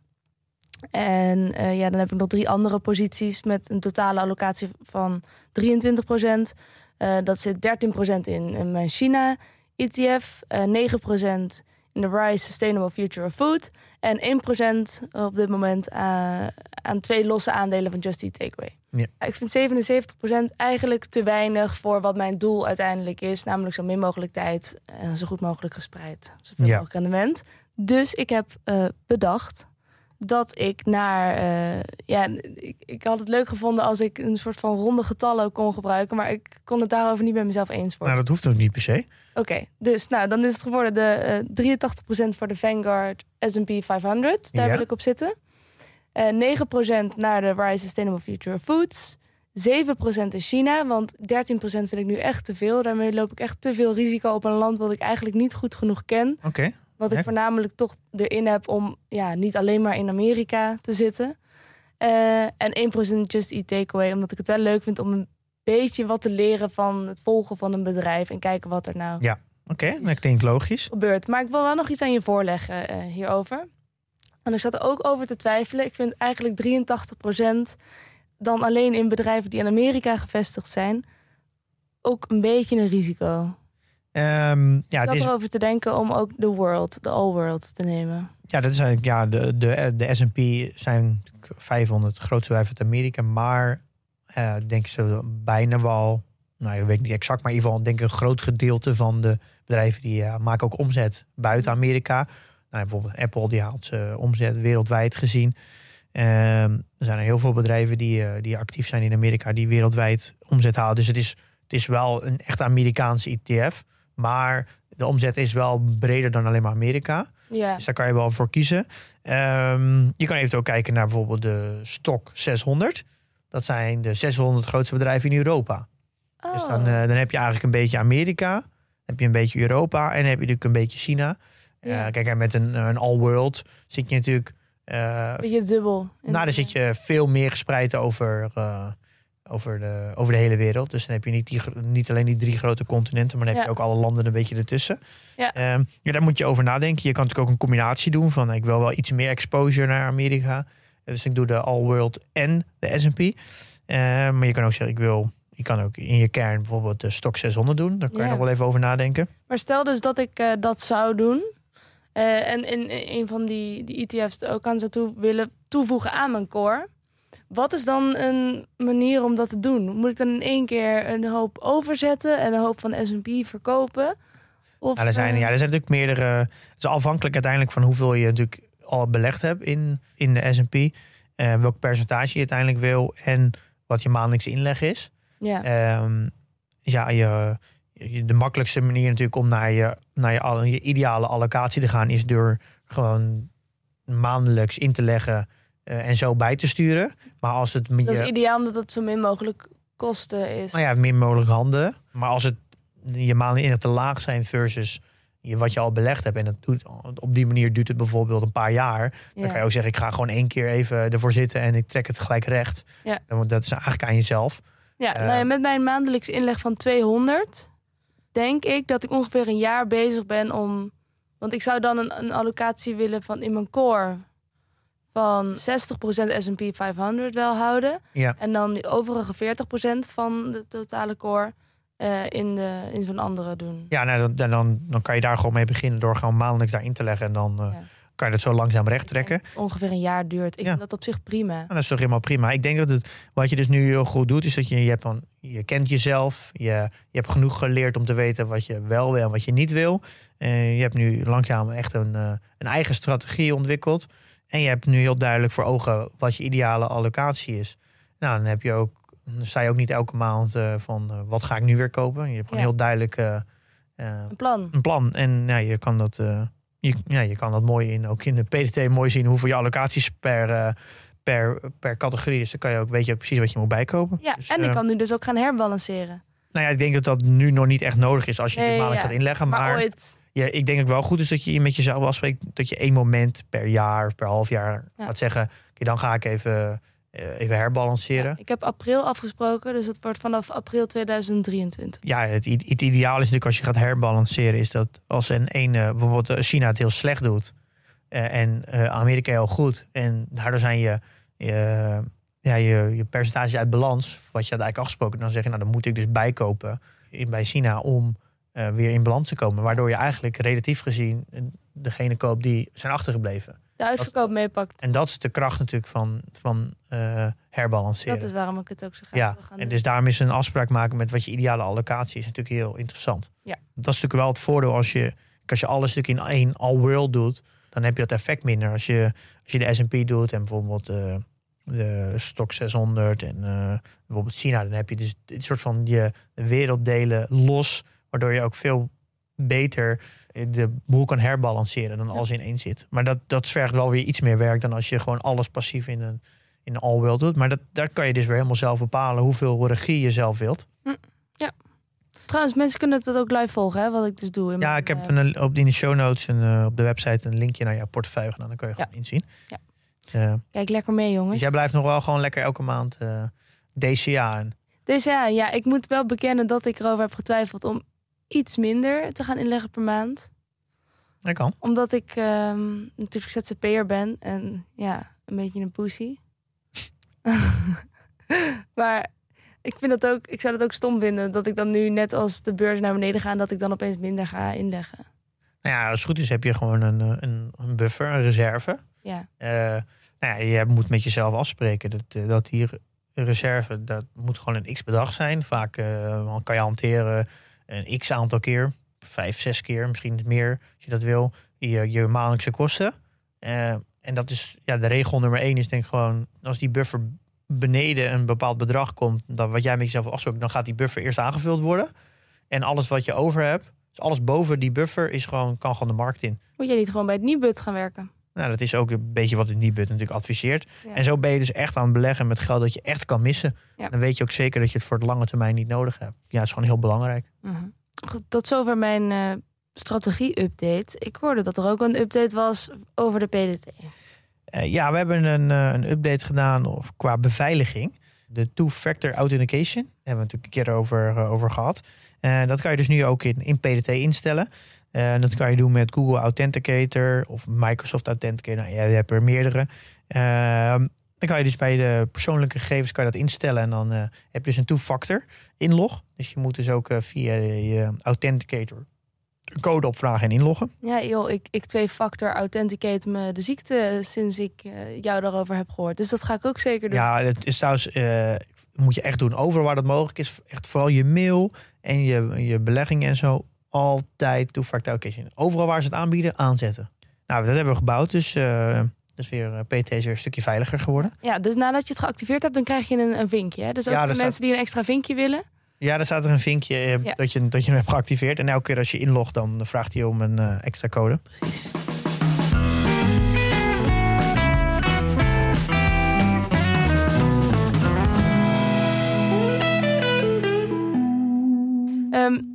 En uh, ja, dan heb ik nog drie andere posities met een totale allocatie van drieëntwintig procent. Uh, dat zit dertien procent in, in mijn China E T F, uh, negen procent in de Rise Sustainable Future of Food en één procent op dit moment uh, aan twee losse aandelen van Just Eat Takeaway. Ja. Ik vind zevenenzeventig procent eigenlijk te weinig voor wat mijn doel uiteindelijk is, namelijk zo min mogelijk tijd en zo goed mogelijk gespreid, zoveel ja. mogelijk rendement. Dus ik heb uh, bedacht dat ik naar... Uh, ja, ik, ik had het leuk gevonden als ik een soort van ronde getallen kon gebruiken, maar ik kon het daarover niet met mezelf eens worden. Nou, dat hoeft ook niet per se. Oké, okay, dus nou, dan is het geworden de uh, drieëntachtig procent voor de Vanguard S en P vijfhonderd. Daar ja. wil ik op zitten. Uh, negen procent naar de Rise Sustainable Future of Foods. zeven procent in China, want dertien procent vind ik nu echt te veel. Daarmee loop ik echt te veel risico op een land wat ik eigenlijk niet goed genoeg ken. Oké. Okay. Wat ik ja. voornamelijk toch erin heb om ja, niet alleen maar in Amerika te zitten. Uh, en één procent Just Eat Takeaway, omdat ik het wel leuk vind om een beetje wat te leren van het volgen van een bedrijf en kijken wat er nou ja. Oké, okay, dat klinkt logisch. gebeurt. Maar ik wil wel nog iets aan je voorleggen uh, hierover. En ik zat er ook over te twijfelen. Ik vind eigenlijk drieëntachtig procent dan alleen in bedrijven die in Amerika gevestigd zijn ook een beetje een risico. Um, ja, ik zat het is... erover te denken om ook de world, de all world te nemen. Ja, dat is eigenlijk, ja, de, de, de S en P zijn vijfhonderd grootste bedrijven uit Amerika, maar uh, denk ze bijna wel, nou, ik weet niet exact, maar in ieder geval denk ik een groot gedeelte van de bedrijven die uh, maken ook omzet buiten Amerika. Nou, bijvoorbeeld Apple, die haalt uh, omzet wereldwijd gezien. Um, er zijn er heel veel bedrijven die, uh, die actief zijn in Amerika, die wereldwijd omzet halen. Dus het is, het is wel een echt Amerikaanse E T F. Maar de omzet is wel breder dan alleen maar Amerika. Ja. Dus daar kan je wel voor kiezen. Um, je kan eventueel kijken naar bijvoorbeeld de Stock zeshonderd. Dat zijn de zeshonderd grootste bedrijven in Europa. Oh. Dus dan, uh, dan heb je eigenlijk een beetje Amerika. Dan heb je een beetje Europa. En dan heb je natuurlijk een beetje China. Ja. Uh, kijk, en met een, een all-world zit je natuurlijk... Uh, beetje dubbel. Nou, dan zit je veel meer gespreid over... Uh, Over de, over de hele wereld. Dus dan heb je niet, die, niet alleen die drie grote continenten, maar dan heb ja. je ook alle landen een beetje ertussen. Ja. Um, ja, daar moet je over nadenken. Je kan natuurlijk ook een combinatie doen van ik wil wel iets meer exposure naar Amerika. Dus ik doe de All World en de S en P. Uh, maar je kan ook zeggen, ik wil, je kan ook in je kern bijvoorbeeld de Stock zeshonderd doen. Daar kan ja. je nog wel even over nadenken. Maar stel dus dat ik uh, dat zou doen. Uh, en in een van die, die E T F's ook aan zou toe willen toevoegen aan mijn core. Wat is dan een manier om dat te doen? Moet ik dan in één keer een hoop overzetten en een hoop van S en P verkopen? Of, ja, er zijn, ja, er zijn natuurlijk meerdere... Het is afhankelijk uiteindelijk van hoeveel je natuurlijk al belegd hebt in, in de S en P. Uh, welk percentage je uiteindelijk wil en wat je maandelijkse inleg is. Ja. Um, ja, je, de makkelijkste manier natuurlijk om naar je, naar je, je ideale allocatie te gaan is door gewoon maandelijks in te leggen uh, en zo bij te sturen. Maar als het... Dat is ideaal omdat het zo min mogelijk kosten is. Nou ja, min mogelijk handen. Maar als het je maanden in het te laag zijn versus je, wat je al belegd hebt. En dat doet, op die manier duurt het bijvoorbeeld een paar jaar. Dan ja. kan je ook zeggen, ik ga gewoon één keer even ervoor zitten en ik trek het gelijk recht. Ja. Dat is eigenlijk aan jezelf. Ja, uh, nou ja, met mijn maandelijks inleg van tweehonderd denk ik dat ik ongeveer een jaar bezig ben om... Want ik zou dan een, een allocatie willen van in mijn core van zestig procent S en P vijfhonderd wel houden. Ja. En dan die overige veertig procent van de totale core uh, in, de, in zo'n andere doen. Ja, nou, dan, dan, dan kan je daar gewoon mee beginnen door gewoon maandelijks daarin te leggen. En dan uh, ja. kan je dat zo langzaam recht trekken. Ongeveer een jaar duurt. Ik ja. vind dat op zich prima. Nou, dat is toch helemaal prima. Ik denk dat het, wat je dus nu heel goed doet, is dat je, je, hebt dan, je kent jezelf. Je, je hebt genoeg geleerd om te weten wat je wel wil en wat je niet wil. Uh, je hebt nu langzaam echt een, uh, een eigen strategie ontwikkeld. En je hebt nu heel duidelijk voor ogen wat je ideale allocatie is. Nou, dan heb je ook, dan sta je ook niet elke maand uh, van uh, wat ga ik nu weer kopen. Je hebt gewoon ja. heel duidelijk uh, uh, een plan. Een plan. En ja, je kan dat, uh, je, ja, je kan dat mooi in, ook in de P D T mooi zien hoeveel je allocaties per, uh, per, per categorie is. Dan kan je ook, weet je ook precies wat je moet bijkopen. Ja, dus, en uh, ik kan nu dus ook gaan herbalanceren. Nou ja, ik denk dat dat nu nog niet echt nodig is als je nee, dit maandelijk ja. gaat inleggen. Maar, maar ooit. Ja, ik denk dat het wel goed is dat je met jezelf afspreekt dat je één moment per jaar of per half jaar ja. gaat zeggen, okay, dan ga ik even, uh, even herbalanceren. Ja, ik heb april afgesproken, dus het wordt vanaf april tweeduizend drieëntwintig. Ja, het, het ideaal is natuurlijk als je gaat herbalanceren, is dat als een ene, bijvoorbeeld China het heel slecht doet uh, en uh, Amerika heel goed. En daardoor zijn je, je, ja, je, je percentages uit balans, wat je had eigenlijk afgesproken, dan zeg je, nou dan moet ik dus bijkopen in, bij China om Uh, weer in balans te komen. Waardoor je eigenlijk relatief gezien degene koopt die zijn achtergebleven. De uitverkoop dat, meepakt. En dat is de kracht natuurlijk van, van uh, herbalanceren. Dat is waarom ik het ook zo graag ja, wil gaan en doen. Dus daarom is een afspraak maken met wat je ideale allocatie is natuurlijk heel interessant. Ja. Dat is natuurlijk wel het voordeel als je, als je alles natuurlijk in één all-world doet, dan heb je dat effect minder. Als je, als je de S en P doet en bijvoorbeeld uh, de Stoxx zeshonderd en uh, bijvoorbeeld China, dan heb je dus dit soort van je werelddelen los, waardoor je ook veel beter de boel kan herbalanceren dan als je in één zit. Maar dat, dat vergt wel weer iets meer werk dan als je gewoon alles passief in een, in een all-world doet. Maar dat, daar kan je dus weer helemaal zelf bepalen hoeveel regie je zelf wilt. Ja. Trouwens, mensen kunnen het ook live volgen, hè, wat ik dus doe. In ja, mijn, ik heb uh... een, op in de show notes en uh, op de website een linkje naar jouw portefeuille gedaan. Dan kun je ja. gewoon inzien. Ja. Uh, Kijk lekker mee, jongens. Dus jij blijft nog wel gewoon lekker elke maand uh, D C A in. D C A, ja. Ik moet wel bekennen dat ik erover heb getwijfeld om iets minder te gaan inleggen per maand. Dat kan. Omdat ik um, natuurlijk Z Z P'er ben en ja, een beetje een pussy. Maar ik vind dat ook, ik zou dat ook stom vinden dat ik dan nu net als de beurs naar beneden ga en dat ik dan opeens minder ga inleggen. Nou ja, als het goed is heb je gewoon een, een, een buffer, een reserve. Ja. Uh, nou ja, je moet met jezelf afspreken dat, dat die reserve, dat moet gewoon een x-bedrag zijn. Vaak uh, kan je hanteren een x-aantal keer, vijf, zes keer, misschien meer als je dat wil, je, je maandelijkse kosten. Uh, en dat is, ja, de regel nummer één is denk ik gewoon, als die buffer beneden een bepaald bedrag komt, dan wat jij met jezelf afspreekt, dan gaat die buffer eerst aangevuld worden. En alles wat je over hebt, dus alles boven die buffer, is gewoon, kan gewoon de markt in. Moet jij niet gewoon bij het Nibud gaan werken? Nou, dat is ook een beetje wat het Nibud natuurlijk adviseert. Ja. En zo ben je dus echt aan het beleggen met geld dat je echt kan missen. Ja. Dan weet je ook zeker dat je het voor de lange termijn niet nodig hebt. Ja, het is gewoon heel belangrijk. Mm-hmm. Goed, tot zover mijn uh, strategie-update. Ik hoorde dat er ook een update was over de P D T. Uh, ja, we hebben een, uh, een update gedaan of, qua beveiliging. De two-factor authentication. Daar hebben we natuurlijk een keer over, uh, over gehad. Uh, dat kan je dus nu ook in, in P D T instellen. Uh, dat kan je doen met Google Authenticator of Microsoft Authenticator. Nou, ja, je hebt er meerdere. Uh, dan kan je dus bij de persoonlijke gegevens kan je dat instellen. En dan uh, heb je dus een two-factor inlog. Dus je moet dus ook uh, via je Authenticator een code opvragen en inloggen. Ja joh, ik, ik twee-factor authenticate me de ziekte sinds ik uh, jou daarover heb gehoord. Dus dat ga ik ook zeker doen. Ja, het is trouwens, uh, moet je echt doen. Overal waar dat mogelijk is. Echt vooral je mail en je, je beleggingen en zo. Altijd two-factor authentication. Overal waar ze het aanbieden, aanzetten. Nou, dat hebben we gebouwd. Dus, uh, dus weer, uh, P T is weer een stukje veiliger geworden. Ja, dus nadat je het geactiveerd hebt, dan krijg je een, een vinkje. Hè? Dus ook ja, voor mensen staat... die een extra vinkje willen. Ja, daar staat er een vinkje uh, ja. dat, je, dat je hem hebt geactiveerd. En elke keer als je inlogt, dan vraagt hij om een uh, extra code. Precies.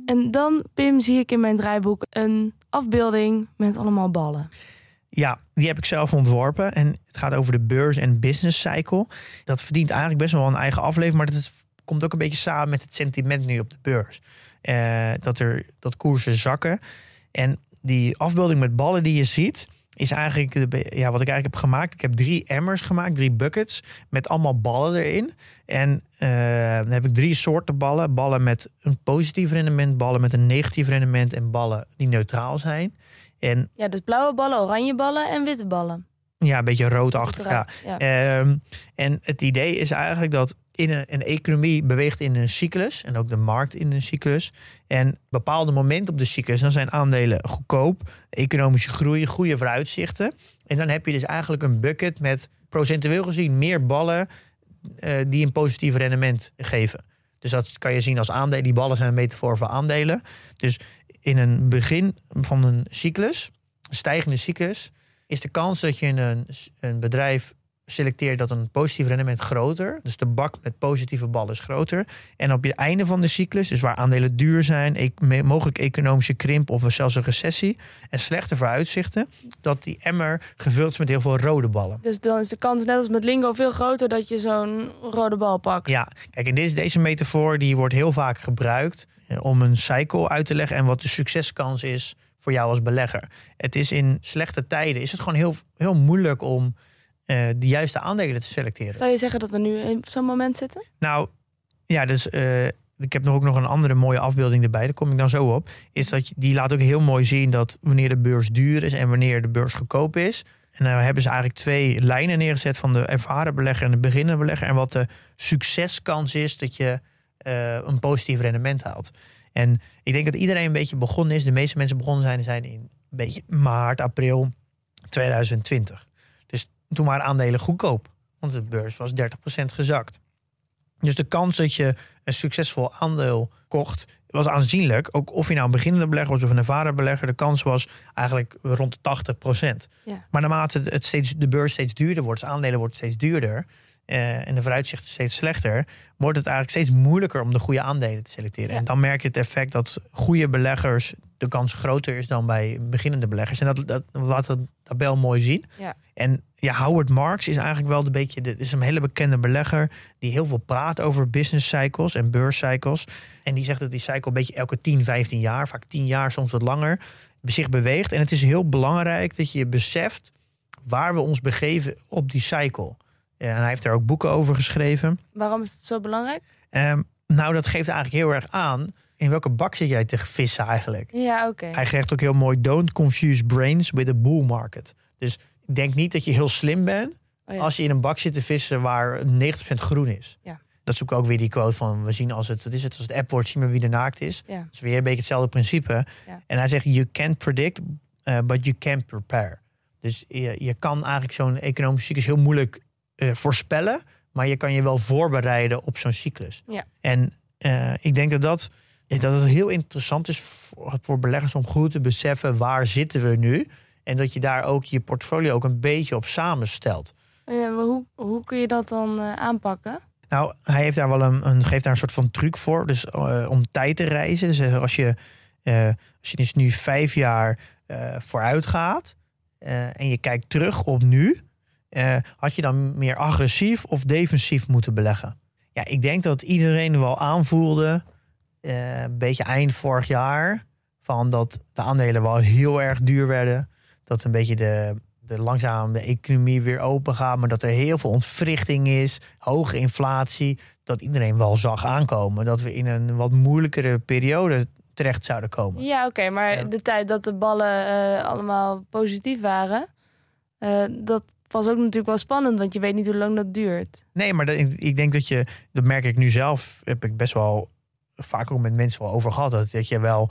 En dan, Pim, zie ik in mijn draaiboek een afbeelding met allemaal ballen. Ja, die heb ik zelf ontworpen. En het gaat over de beurs- en business cycle. Dat verdient eigenlijk best wel een eigen aflevering. Maar dat is, komt ook een beetje samen met het sentiment nu op de beurs. Uh, dat, er, dat koersen zakken. En die afbeelding met ballen die je ziet, is eigenlijk de, ja, wat ik eigenlijk heb gemaakt. Ik heb drie emmers gemaakt, drie buckets met allemaal ballen erin. En uh, dan heb ik drie soorten ballen. Ballen met een positief rendement, ballen met een negatief rendement en ballen die neutraal zijn. En, ja, dus blauwe ballen, oranje ballen en witte ballen. Ja, een beetje roodachtig. Ja. Ja. Um, en het idee is eigenlijk dat in een, een economie beweegt in een cyclus. En ook de markt in een cyclus. En bepaalde momenten op de cyclus, dan zijn aandelen goedkoop. Economische groei, goede vooruitzichten. En dan heb je dus eigenlijk een bucket met procentueel gezien meer ballen uh, die een positief rendement geven. Dus dat kan je zien als aandelen. Die ballen zijn een metafoor voor aandelen. Dus in een begin van een cyclus, een stijgende cyclus, is de kans dat je een, een bedrijf selecteert dat een positief rendement groter. Dus de bak met positieve ballen is groter. En op het einde van de cyclus, dus waar aandelen duur zijn, e- mogelijk economische krimp of zelfs een recessie en slechte vooruitzichten, dat die emmer gevuld is met heel veel rode ballen. Dus dan is de kans net als met lingo veel groter dat je zo'n rode bal pakt. Ja, kijk, en deze, deze metafoor die wordt heel vaak gebruikt om een cycle uit te leggen en wat de succeskans is voor jou als belegger. Het is in slechte tijden is het gewoon heel, heel moeilijk om uh, de juiste aandelen te selecteren. Zou je zeggen dat we nu in zo'n moment zitten? Nou, ja, dus uh, ik heb nog ook nog een andere mooie afbeelding erbij. Daar kom ik dan zo op. Is dat je, die laat ook heel mooi zien dat wanneer de beurs duur is en wanneer de beurs goedkoop is. En dan hebben ze eigenlijk twee lijnen neergezet van de ervaren belegger en de beginnende belegger. En wat de succeskans is dat je uh, een positief rendement haalt. En ik denk dat iedereen een beetje begonnen is. De meeste mensen begonnen zijn, zijn in een beetje maart, april tweeduizend twintig. Dus toen waren aandelen goedkoop. Want de beurs was dertig procent gezakt. Dus de kans dat je een succesvol aandeel kocht was aanzienlijk. Ook of je nou een beginnende belegger was of een ervaren belegger. De kans was eigenlijk rond de tachtig procent. Ja. Maar naarmate het steeds, de beurs steeds duurder wordt, dus aandelen wordt steeds duurder. Uh, en de vooruitzichten steeds slechter, wordt het eigenlijk steeds moeilijker om de goede aandelen te selecteren. Ja. En dan merk je het effect dat goede beleggers de kans groter is dan bij beginnende beleggers. En dat, dat laat de tabel mooi zien. Ja. En ja, Howard Marks is eigenlijk wel een beetje de, is een hele bekende belegger die heel veel praat over business cycles en beurscycles. En die zegt dat die cycle een beetje elke tien, vijftien jaar, vaak tien jaar, soms wat langer, zich beweegt. En het is heel belangrijk dat je beseft waar we ons begeven op die cycle. Ja, en hij heeft daar ook boeken over geschreven. Waarom is het zo belangrijk? Um, nou, dat geeft eigenlijk heel erg aan in welke bak zit jij te vissen eigenlijk. Ja, oké. Okay. Hij zegt ook heel mooi, don't confuse brains with a bull market. Dus denk niet dat je heel slim bent oh ja. als je in een bak zit te vissen waar negentig procent groen is. Ja. Dat is ook, ook weer die quote van, we zien als het, wat is het, als het app wordt, zien we wie er naakt is. Ja. Dat is weer een beetje hetzelfde principe. Ja. En hij zegt, you can't predict, uh, but you can prepare. Dus je, je kan eigenlijk zo'n economische cyclus heel moeilijk Uh, voorspellen, maar je kan je wel voorbereiden op zo'n cyclus. Ja. En uh, ik denk dat, dat, dat het heel interessant is voor, voor beleggers om goed te beseffen waar zitten we nu en dat je daar ook je portfolio ook een beetje op samenstelt. Ja, maar hoe, hoe kun je dat dan uh, aanpakken? Nou, hij heeft daar wel een, een, geeft daar een soort van truc voor. Dus uh, om tijd te reizen. Dus als je, uh, als je dus nu vijf jaar uh, vooruit gaat uh, en je kijkt terug op nu, Uh, had je dan meer agressief of defensief moeten beleggen? Ja, ik denk dat iedereen wel aanvoelde, uh, een beetje eind vorig jaar, van dat de aandelen wel heel erg duur werden. Dat een beetje de, de langzaam de economie weer open gaat, maar dat er heel veel ontwrichting is, hoge inflatie. Dat iedereen wel zag aankomen dat we in een wat moeilijkere periode terecht zouden komen. Ja, oké, okay, maar ja. de tijd dat de ballen uh, allemaal positief waren, uh, dat was ook natuurlijk wel spannend, want je weet niet hoe lang dat duurt. Nee, maar dat, ik denk dat je, dat merk ik nu zelf, heb ik best wel vaak ook met mensen wel over gehad, dat, dat je wel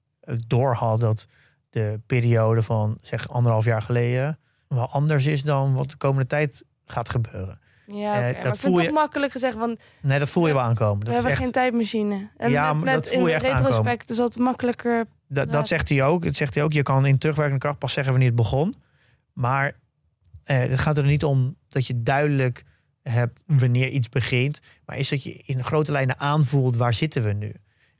doorhad dat de periode van zeg anderhalf jaar geleden wel anders is dan wat de komende tijd gaat gebeuren. Ja, okay, uh, dat voel je toch makkelijk gezegd, want nee, dat voel je wel aankomen. Dat we hebben echt geen tijdmachine. En ja, met, maar met, dat voel je echt aankomen. In retrospect is dat makkelijker. Dat, dat zegt hij ook. Het zegt hij ook. Je kan in terugwerkende kracht pas zeggen wanneer het begon, maar Uh, het gaat er niet om dat je duidelijk hebt wanneer iets begint, maar is dat je in grote lijnen aanvoelt waar zitten we nu.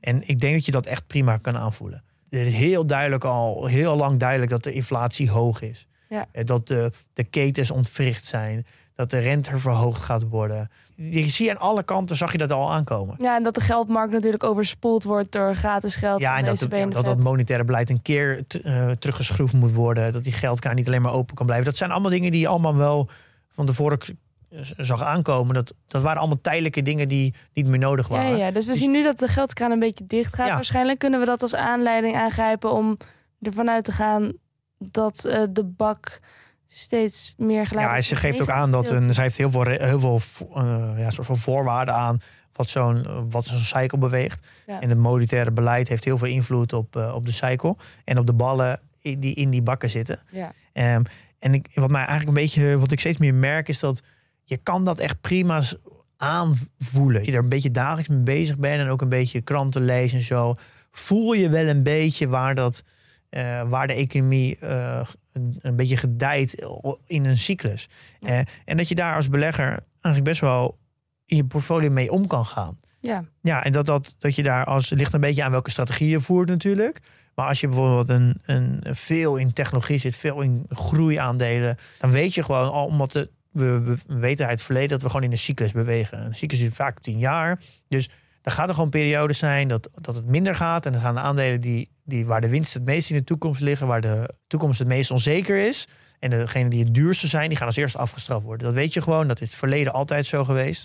En ik denk dat je dat echt prima kan aanvoelen. Het is heel duidelijk al, heel lang duidelijk dat de inflatie hoog is. Ja. Dat de, de ketens ontwricht zijn. Dat de rente verhoogd gaat worden. Je ziet aan alle kanten, zag je dat al aankomen. Ja, en dat de geldmarkt natuurlijk overspoeld wordt door gratis geld. Ja, en van dat, de E C B de, en de dat Fed. dat monetaire beleid een keer t, uh, teruggeschroefd moet worden. Dat die geldkraan niet alleen maar open kan blijven. Dat zijn allemaal dingen die je allemaal wel van tevoren zag aankomen. Dat, dat waren allemaal tijdelijke dingen die niet meer nodig waren. Ja, ja, dus we dus, zien nu dat de geldkraan een beetje dicht gaat. Ja. Waarschijnlijk kunnen we dat als aanleiding aangrijpen om ervan uit te gaan dat uh, de bak steeds meer gelijk ja, is. ze geeft ook aan dat een, zij heeft heel veel, heel veel uh, ja, soort van voorwaarden aan wat zo'n uh, wat zo'n cycle beweegt. Ja. En het monetaire beleid heeft heel veel invloed op, uh, op de cycle en op de ballen die in die bakken zitten. Ja. Um, en ik, wat mij eigenlijk een beetje, wat ik steeds meer merk, is dat je kan dat echt prima aanvoelen. Als je er een beetje dagelijks mee bezig bent en ook een beetje kranten leest en zo, voel je wel een beetje waar dat, uh, waar de economie uh, een, een beetje gedijt in een cyclus. Ja. Uh, en dat je daar als belegger eigenlijk best wel in je portfolio mee om kan gaan. Ja, ja en dat, dat, dat je daar als, het ligt een beetje aan welke strategie je voert natuurlijk. Maar als je bijvoorbeeld een, een, veel in technologie zit, veel in groeiaandelen, dan weet je gewoon al, omdat de, we, we weten uit het verleden dat we gewoon in een cyclus bewegen. Een cyclus is vaak tien jaar. Dus dan gaat er gewoon periodes zijn dat, dat het minder gaat. En dan gaan de aandelen die, die, waar de winst het meest in de toekomst liggen, waar de toekomst het meest onzeker is. En degenen die het duurste zijn, die gaan als eerste afgestraft worden. Dat weet je gewoon, dat is het verleden altijd zo geweest.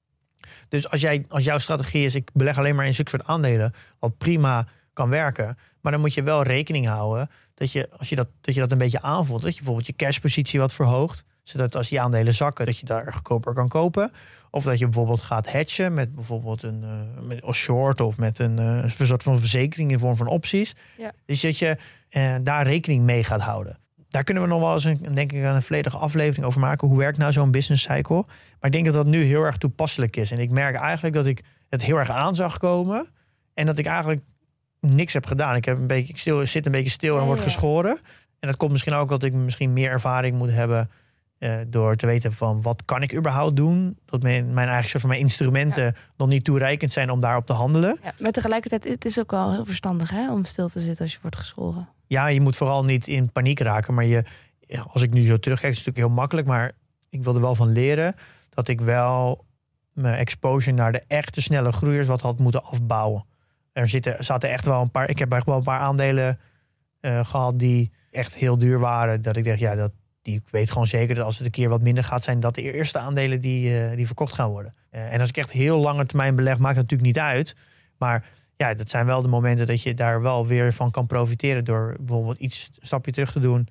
Dus als, jij, als jouw strategie is, ik beleg alleen maar in zulke soort aandelen, wat prima kan werken. Maar dan moet je wel rekening houden dat je, als je dat, dat je dat een beetje aanvoelt, dat je bijvoorbeeld je cashpositie wat verhoogt, zodat als die aandelen zakken, dat je daar goedkoper kan kopen. Of dat je bijvoorbeeld gaat hedgen met bijvoorbeeld een, uh, met een short of met een, uh, een soort van verzekering in vorm van opties. Ja. Dus dat je uh, daar rekening mee gaat houden. Daar kunnen we nog wel eens een, denk ik, een volledige aflevering over maken. Hoe werkt nou zo'n business cycle? Maar ik denk dat dat nu heel erg toepasselijk is. En ik merk eigenlijk dat ik het heel erg aan zag komen. En dat ik eigenlijk niks heb gedaan. Ik, heb een beetje, ik stil, zit een beetje stil en ja, word ja. geschoren. En dat komt misschien ook dat ik misschien meer ervaring moet hebben Uh, door te weten van wat kan ik überhaupt doen. Dat mijn, mijn eigen soort van mijn instrumenten ja. nog niet toereikend zijn om daarop te handelen. Ja, maar tegelijkertijd, het is ook wel heel verstandig hè, om stil te zitten als je wordt geschoren. Ja, je moet vooral niet in paniek raken. Maar je, als ik nu zo terugkijk, is het natuurlijk heel makkelijk. Maar ik wil er wel van leren dat ik wel mijn exposure naar de echte snelle groeiers wat had moeten afbouwen. Er zitten, zaten echt wel een paar. Ik heb echt wel een paar aandelen uh, gehad die echt heel duur waren. Dat ik dacht, ja, dat. Die, ik weet gewoon zeker dat als het een keer wat minder gaat zijn, dat de eerste aandelen die, uh, die verkocht gaan worden. Uh, en als ik echt heel lange termijn beleg, maakt het natuurlijk niet uit. Maar ja, dat zijn wel de momenten dat je daar wel weer van kan profiteren door bijvoorbeeld iets een stapje terug te doen.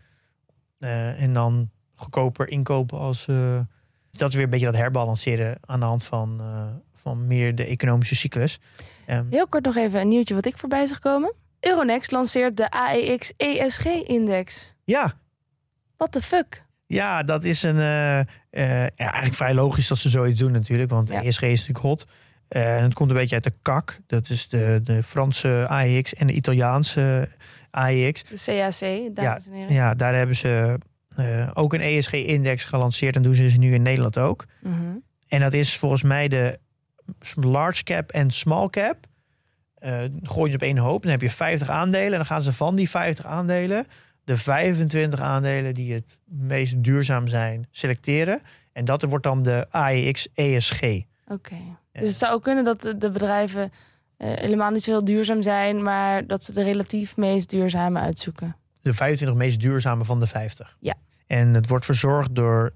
Uh, en dan goedkoper inkopen als. Uh, dat is weer een beetje dat herbalanceren aan de hand van, uh, van meer de economische cyclus. Um, Heel kort nog even een nieuwtje wat ik voorbij zag komen. Euronext lanceert de A E X E S G-index. Ja. What the fuck? Ja, dat is een uh, uh, ja, eigenlijk vrij logisch dat ze zoiets doen natuurlijk. Want ja. E S G is natuurlijk hot. Uh, en het komt een beetje uit de C A C. Dat is de, de Franse A E X en de Italiaanse A E X. De C A C, dames ja, en heren. Ja, daar hebben ze uh, ook een E S G-index gelanceerd. En doen ze dus nu in Nederland ook. Mm-hmm. En dat is volgens mij de large cap en small cap. Uh, gooi je op één hoop. Dan heb je vijftig aandelen. En dan gaan ze van die vijftig aandelen de vijfentwintig aandelen die het meest duurzaam zijn selecteren. En dat wordt dan de A E X E S G. Oké. Okay. Ja. Dus het zou ook kunnen dat de bedrijven uh, helemaal niet zo heel duurzaam zijn, maar dat ze de relatief meest duurzame uitzoeken. De vijfentwintig meest duurzame van de vijftig. Ja. En het wordt verzorgd door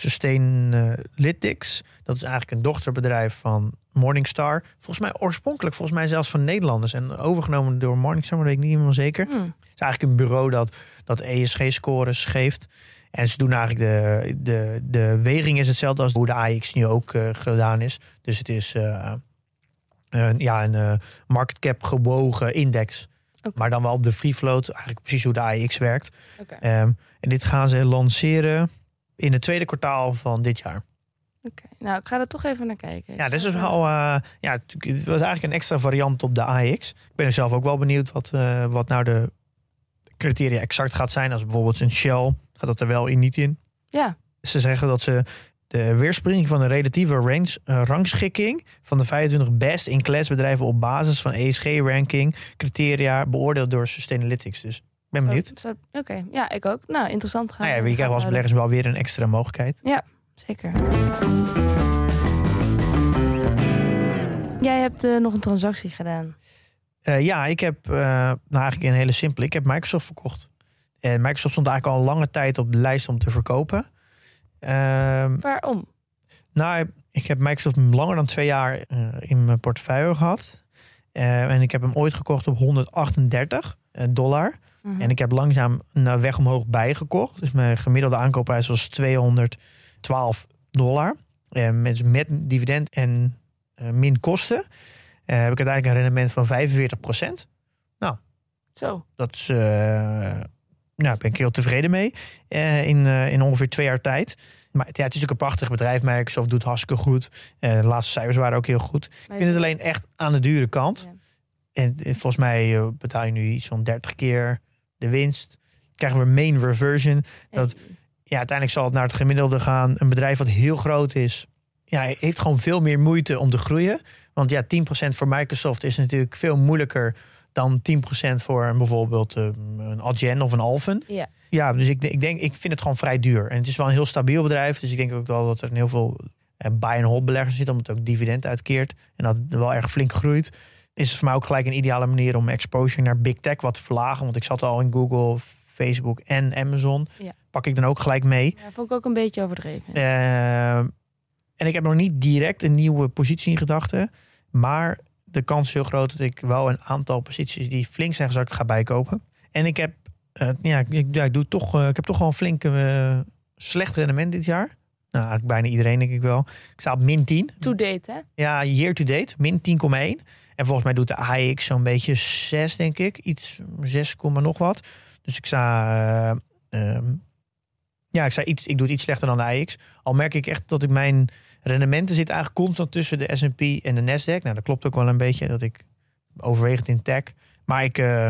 Sustainalytics. Dat is eigenlijk een dochterbedrijf van Morningstar. Volgens mij oorspronkelijk, volgens mij zelfs van Nederlanders. En overgenomen door Morningstar, maar dat weet ik niet helemaal zeker. Hmm. Het is eigenlijk een bureau dat, dat E S G-scores geeft. En ze doen eigenlijk de, de, de weging is hetzelfde als hoe de A E X nu ook uh, gedaan is. Dus het is uh, een, ja, een uh, market cap gewogen index. Okay. Maar dan wel op de free float. Eigenlijk precies hoe de A E X werkt. Okay. Um, en dit gaan ze lanceren in het tweede kwartaal van dit jaar. Oké, okay. Nou, ik ga er toch even naar kijken. Ja, dit is wel, uh, ja, het was eigenlijk een extra variant op de A E X. Ik ben er zelf ook wel benieuwd wat, uh, wat nou de criteria exact gaat zijn. Als bijvoorbeeld een Shell, gaat dat er wel in, niet in. Ja. Ze zeggen dat ze de weerspiegeling van de relatieve range, uh, rangschikking van de vijfentwintig best in class bedrijven op basis van E S G-ranking criteria beoordeeld door Sustainalytics. Dus ik ben benieuwd. Oh, Oké, okay. Ja, ik ook. Nou, interessant. Gaan nou ja, je krijgt als beleggers wel weer een extra mogelijkheid. Ja, zeker. Jij hebt uh, nog een transactie gedaan. Uh, ja, ik heb uh, nou eigenlijk een hele simpele. Ik heb Microsoft verkocht. En Microsoft stond eigenlijk al lange tijd op de lijst om te verkopen. Uh, Waarom? Nou, ik heb Microsoft langer dan twee jaar uh, in mijn portefeuille gehad. Uh, en ik heb hem ooit gekocht op honderdachtendertig dollar. Mm-hmm. En ik heb langzaam naar weg omhoog bijgekocht. Dus mijn gemiddelde aankoopprijs was tweehonderdtwaalf dollar. Uh, met, met dividend en uh, min kosten. Uh, heb ik uiteindelijk een rendement van vijfenveertig procent. Nou, zo. Dat is, uh, nou, ben ik heel tevreden mee. Uh, in, uh, in ongeveer twee jaar tijd. Maar ja, het is natuurlijk een prachtig bedrijf. Microsoft doet hartstikke goed. Uh, de laatste cijfers waren ook heel goed. Maar ik vind het alleen echt aan de dure kant. Ja. En volgens mij uh, betaal je nu iets van dertig keer de winst. Krijgen we main reversion. Dat, ja, uiteindelijk zal het naar het gemiddelde gaan. Een bedrijf wat heel groot is, ja, heeft gewoon veel meer moeite om te groeien. Want ja, tien procent voor Microsoft is natuurlijk veel moeilijker dan tien procent voor bijvoorbeeld uh, een Adyen of een Alphen. Ja. Ja, dus ik, ik denk, ik vind het gewoon vrij duur. En het is wel een heel stabiel bedrijf. Dus ik denk ook wel dat er heel veel uh, buy-and-hold beleggers zitten, omdat het ook dividend uitkeert. En dat het wel erg flink groeit. Is het voor mij ook gelijk een ideale manier om exposure naar big tech wat te verlagen. Want ik zat al in Google, Facebook en Amazon. Ja. Pak ik dan ook gelijk mee. Ja, vond ik ook een beetje overdreven. Uh, en ik heb nog niet direct een nieuwe positie in gedachten. Maar de kans is heel groot dat ik wel een aantal posities die flink zijn gezakt ga bijkopen. En ik heb, uh, ja, ik, ja, ik, doe toch, uh, ik heb toch wel een flinke uh, slecht rendement dit jaar. Nou, eigenlijk bijna iedereen denk ik wel. Ik sta op min tien. To date, hè? Ja, year to date. Min tien komma één. En volgens mij doet de A E X zo'n beetje zes, denk ik. Iets zes, nog wat. Dus ik sta... Uh, um, ja, ik, sta iets, ik doe het iets slechter dan de A E X. Al merk ik echt dat ik mijn rendementen zitten eigenlijk constant tussen de S en P en de Nasdaq. Nou, dat klopt ook wel een beetje. Dat ik overwegend in tech. Maar ik, uh,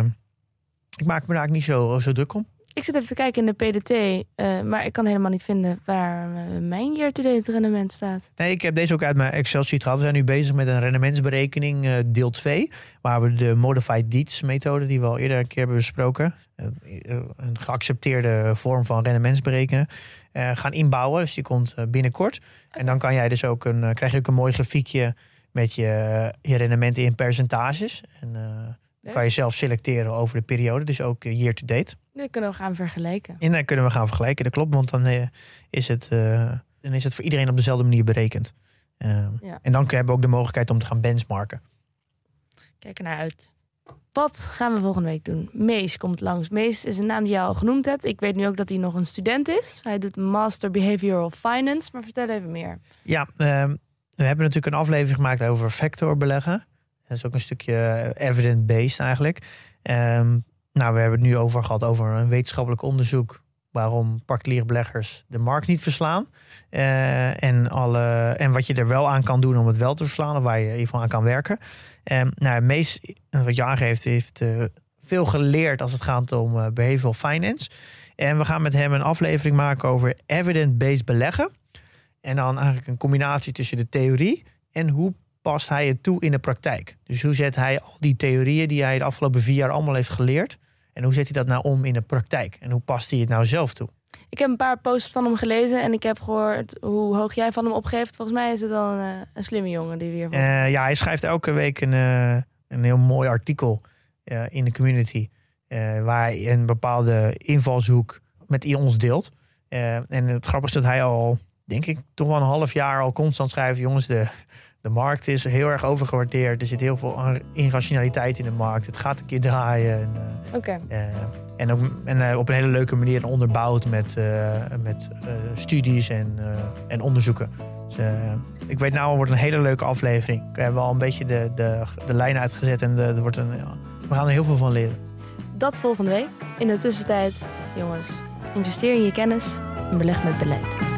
ik maak me daar eigenlijk niet zo, zo druk om. Ik zit even te kijken in de P D T, uh, maar ik kan helemaal niet vinden waar uh, mijn year-to-date rendement staat. Nee, ik heb deze ook uit mijn Excel-sheet gehad. We zijn nu bezig met een rendementsberekening uh, deel twee. Waar we de Modified Dietz methode, die we al eerder een keer hebben besproken. Uh, een geaccepteerde vorm van rendementsberekenen. Uh, gaan inbouwen, dus die komt uh, binnenkort. Okay. En dan kan jij dus ook een, uh, krijg je ook een mooi grafiekje met je, je rendementen in percentages. En uh, dan kan je zelf selecteren over de periode, dus ook uh, year-to-date. Dan kunnen we gaan vergelijken. En dan kunnen we gaan vergelijken, dat klopt. Want dan, uh, is, het, uh, dan is het voor iedereen op dezelfde manier berekend. Uh, ja. En dan hebben we ook de mogelijkheid om te gaan benchmarken. Kijk er naar uit. Wat gaan we volgende week doen? Mees komt langs. Mees is een naam die je al genoemd hebt. Ik weet nu ook dat hij nog een student is. Hij doet Master Behavioral Finance. Maar vertel even meer. Ja, uh, we hebben natuurlijk een aflevering gemaakt over factor beleggen. Dat is ook een stukje evidence-based eigenlijk. Um, Nou, we hebben het nu over gehad over een wetenschappelijk onderzoek waarom particuliere beleggers de markt niet verslaan. Uh, en, alle, en wat je er wel aan kan doen om het wel te verslaan, of waar je in ieder geval aan kan werken. Um, nou, Mees, wat je aangeeft, heeft uh, veel geleerd als het gaat om uh, behavioral finance. En we gaan met hem een aflevering maken over evidence-based beleggen. En dan eigenlijk een combinatie tussen de theorie en hoe past hij het toe in de praktijk. Dus hoe zet hij al die theorieën die hij de afgelopen vier jaar allemaal heeft geleerd, en hoe zet hij dat nou om in de praktijk? En hoe past hij het nou zelf toe? Ik heb een paar posts van hem gelezen en ik heb gehoord hoe hoog jij van hem opgeeft. Volgens mij is het al een, een slimme jongen die weer. Uh, ja, hij schrijft elke week een, uh, een heel mooi artikel uh, in de community. Uh, waar hij een bepaalde invalshoek met ons deelt. Uh, en het grappige is dat hij al, denk ik, toch wel een half jaar al constant schrijft. Jongens, de, de markt is heel erg overgewaardeerd. Er zit heel veel irrationaliteit in de markt. Het gaat een keer draaien. En, uh, okay. uh, en, ook, en uh, op een hele leuke manier onderbouwd met, uh, met uh, studies en, uh, en onderzoeken. Dus, uh, ik weet nou, het wordt een hele leuke aflevering. We hebben al een beetje de, de, de lijn uitgezet en de, er wordt een, ja, we gaan er heel veel van leren. Dat volgende week. In de tussentijd, jongens, investeer in je kennis en beleg met beleid.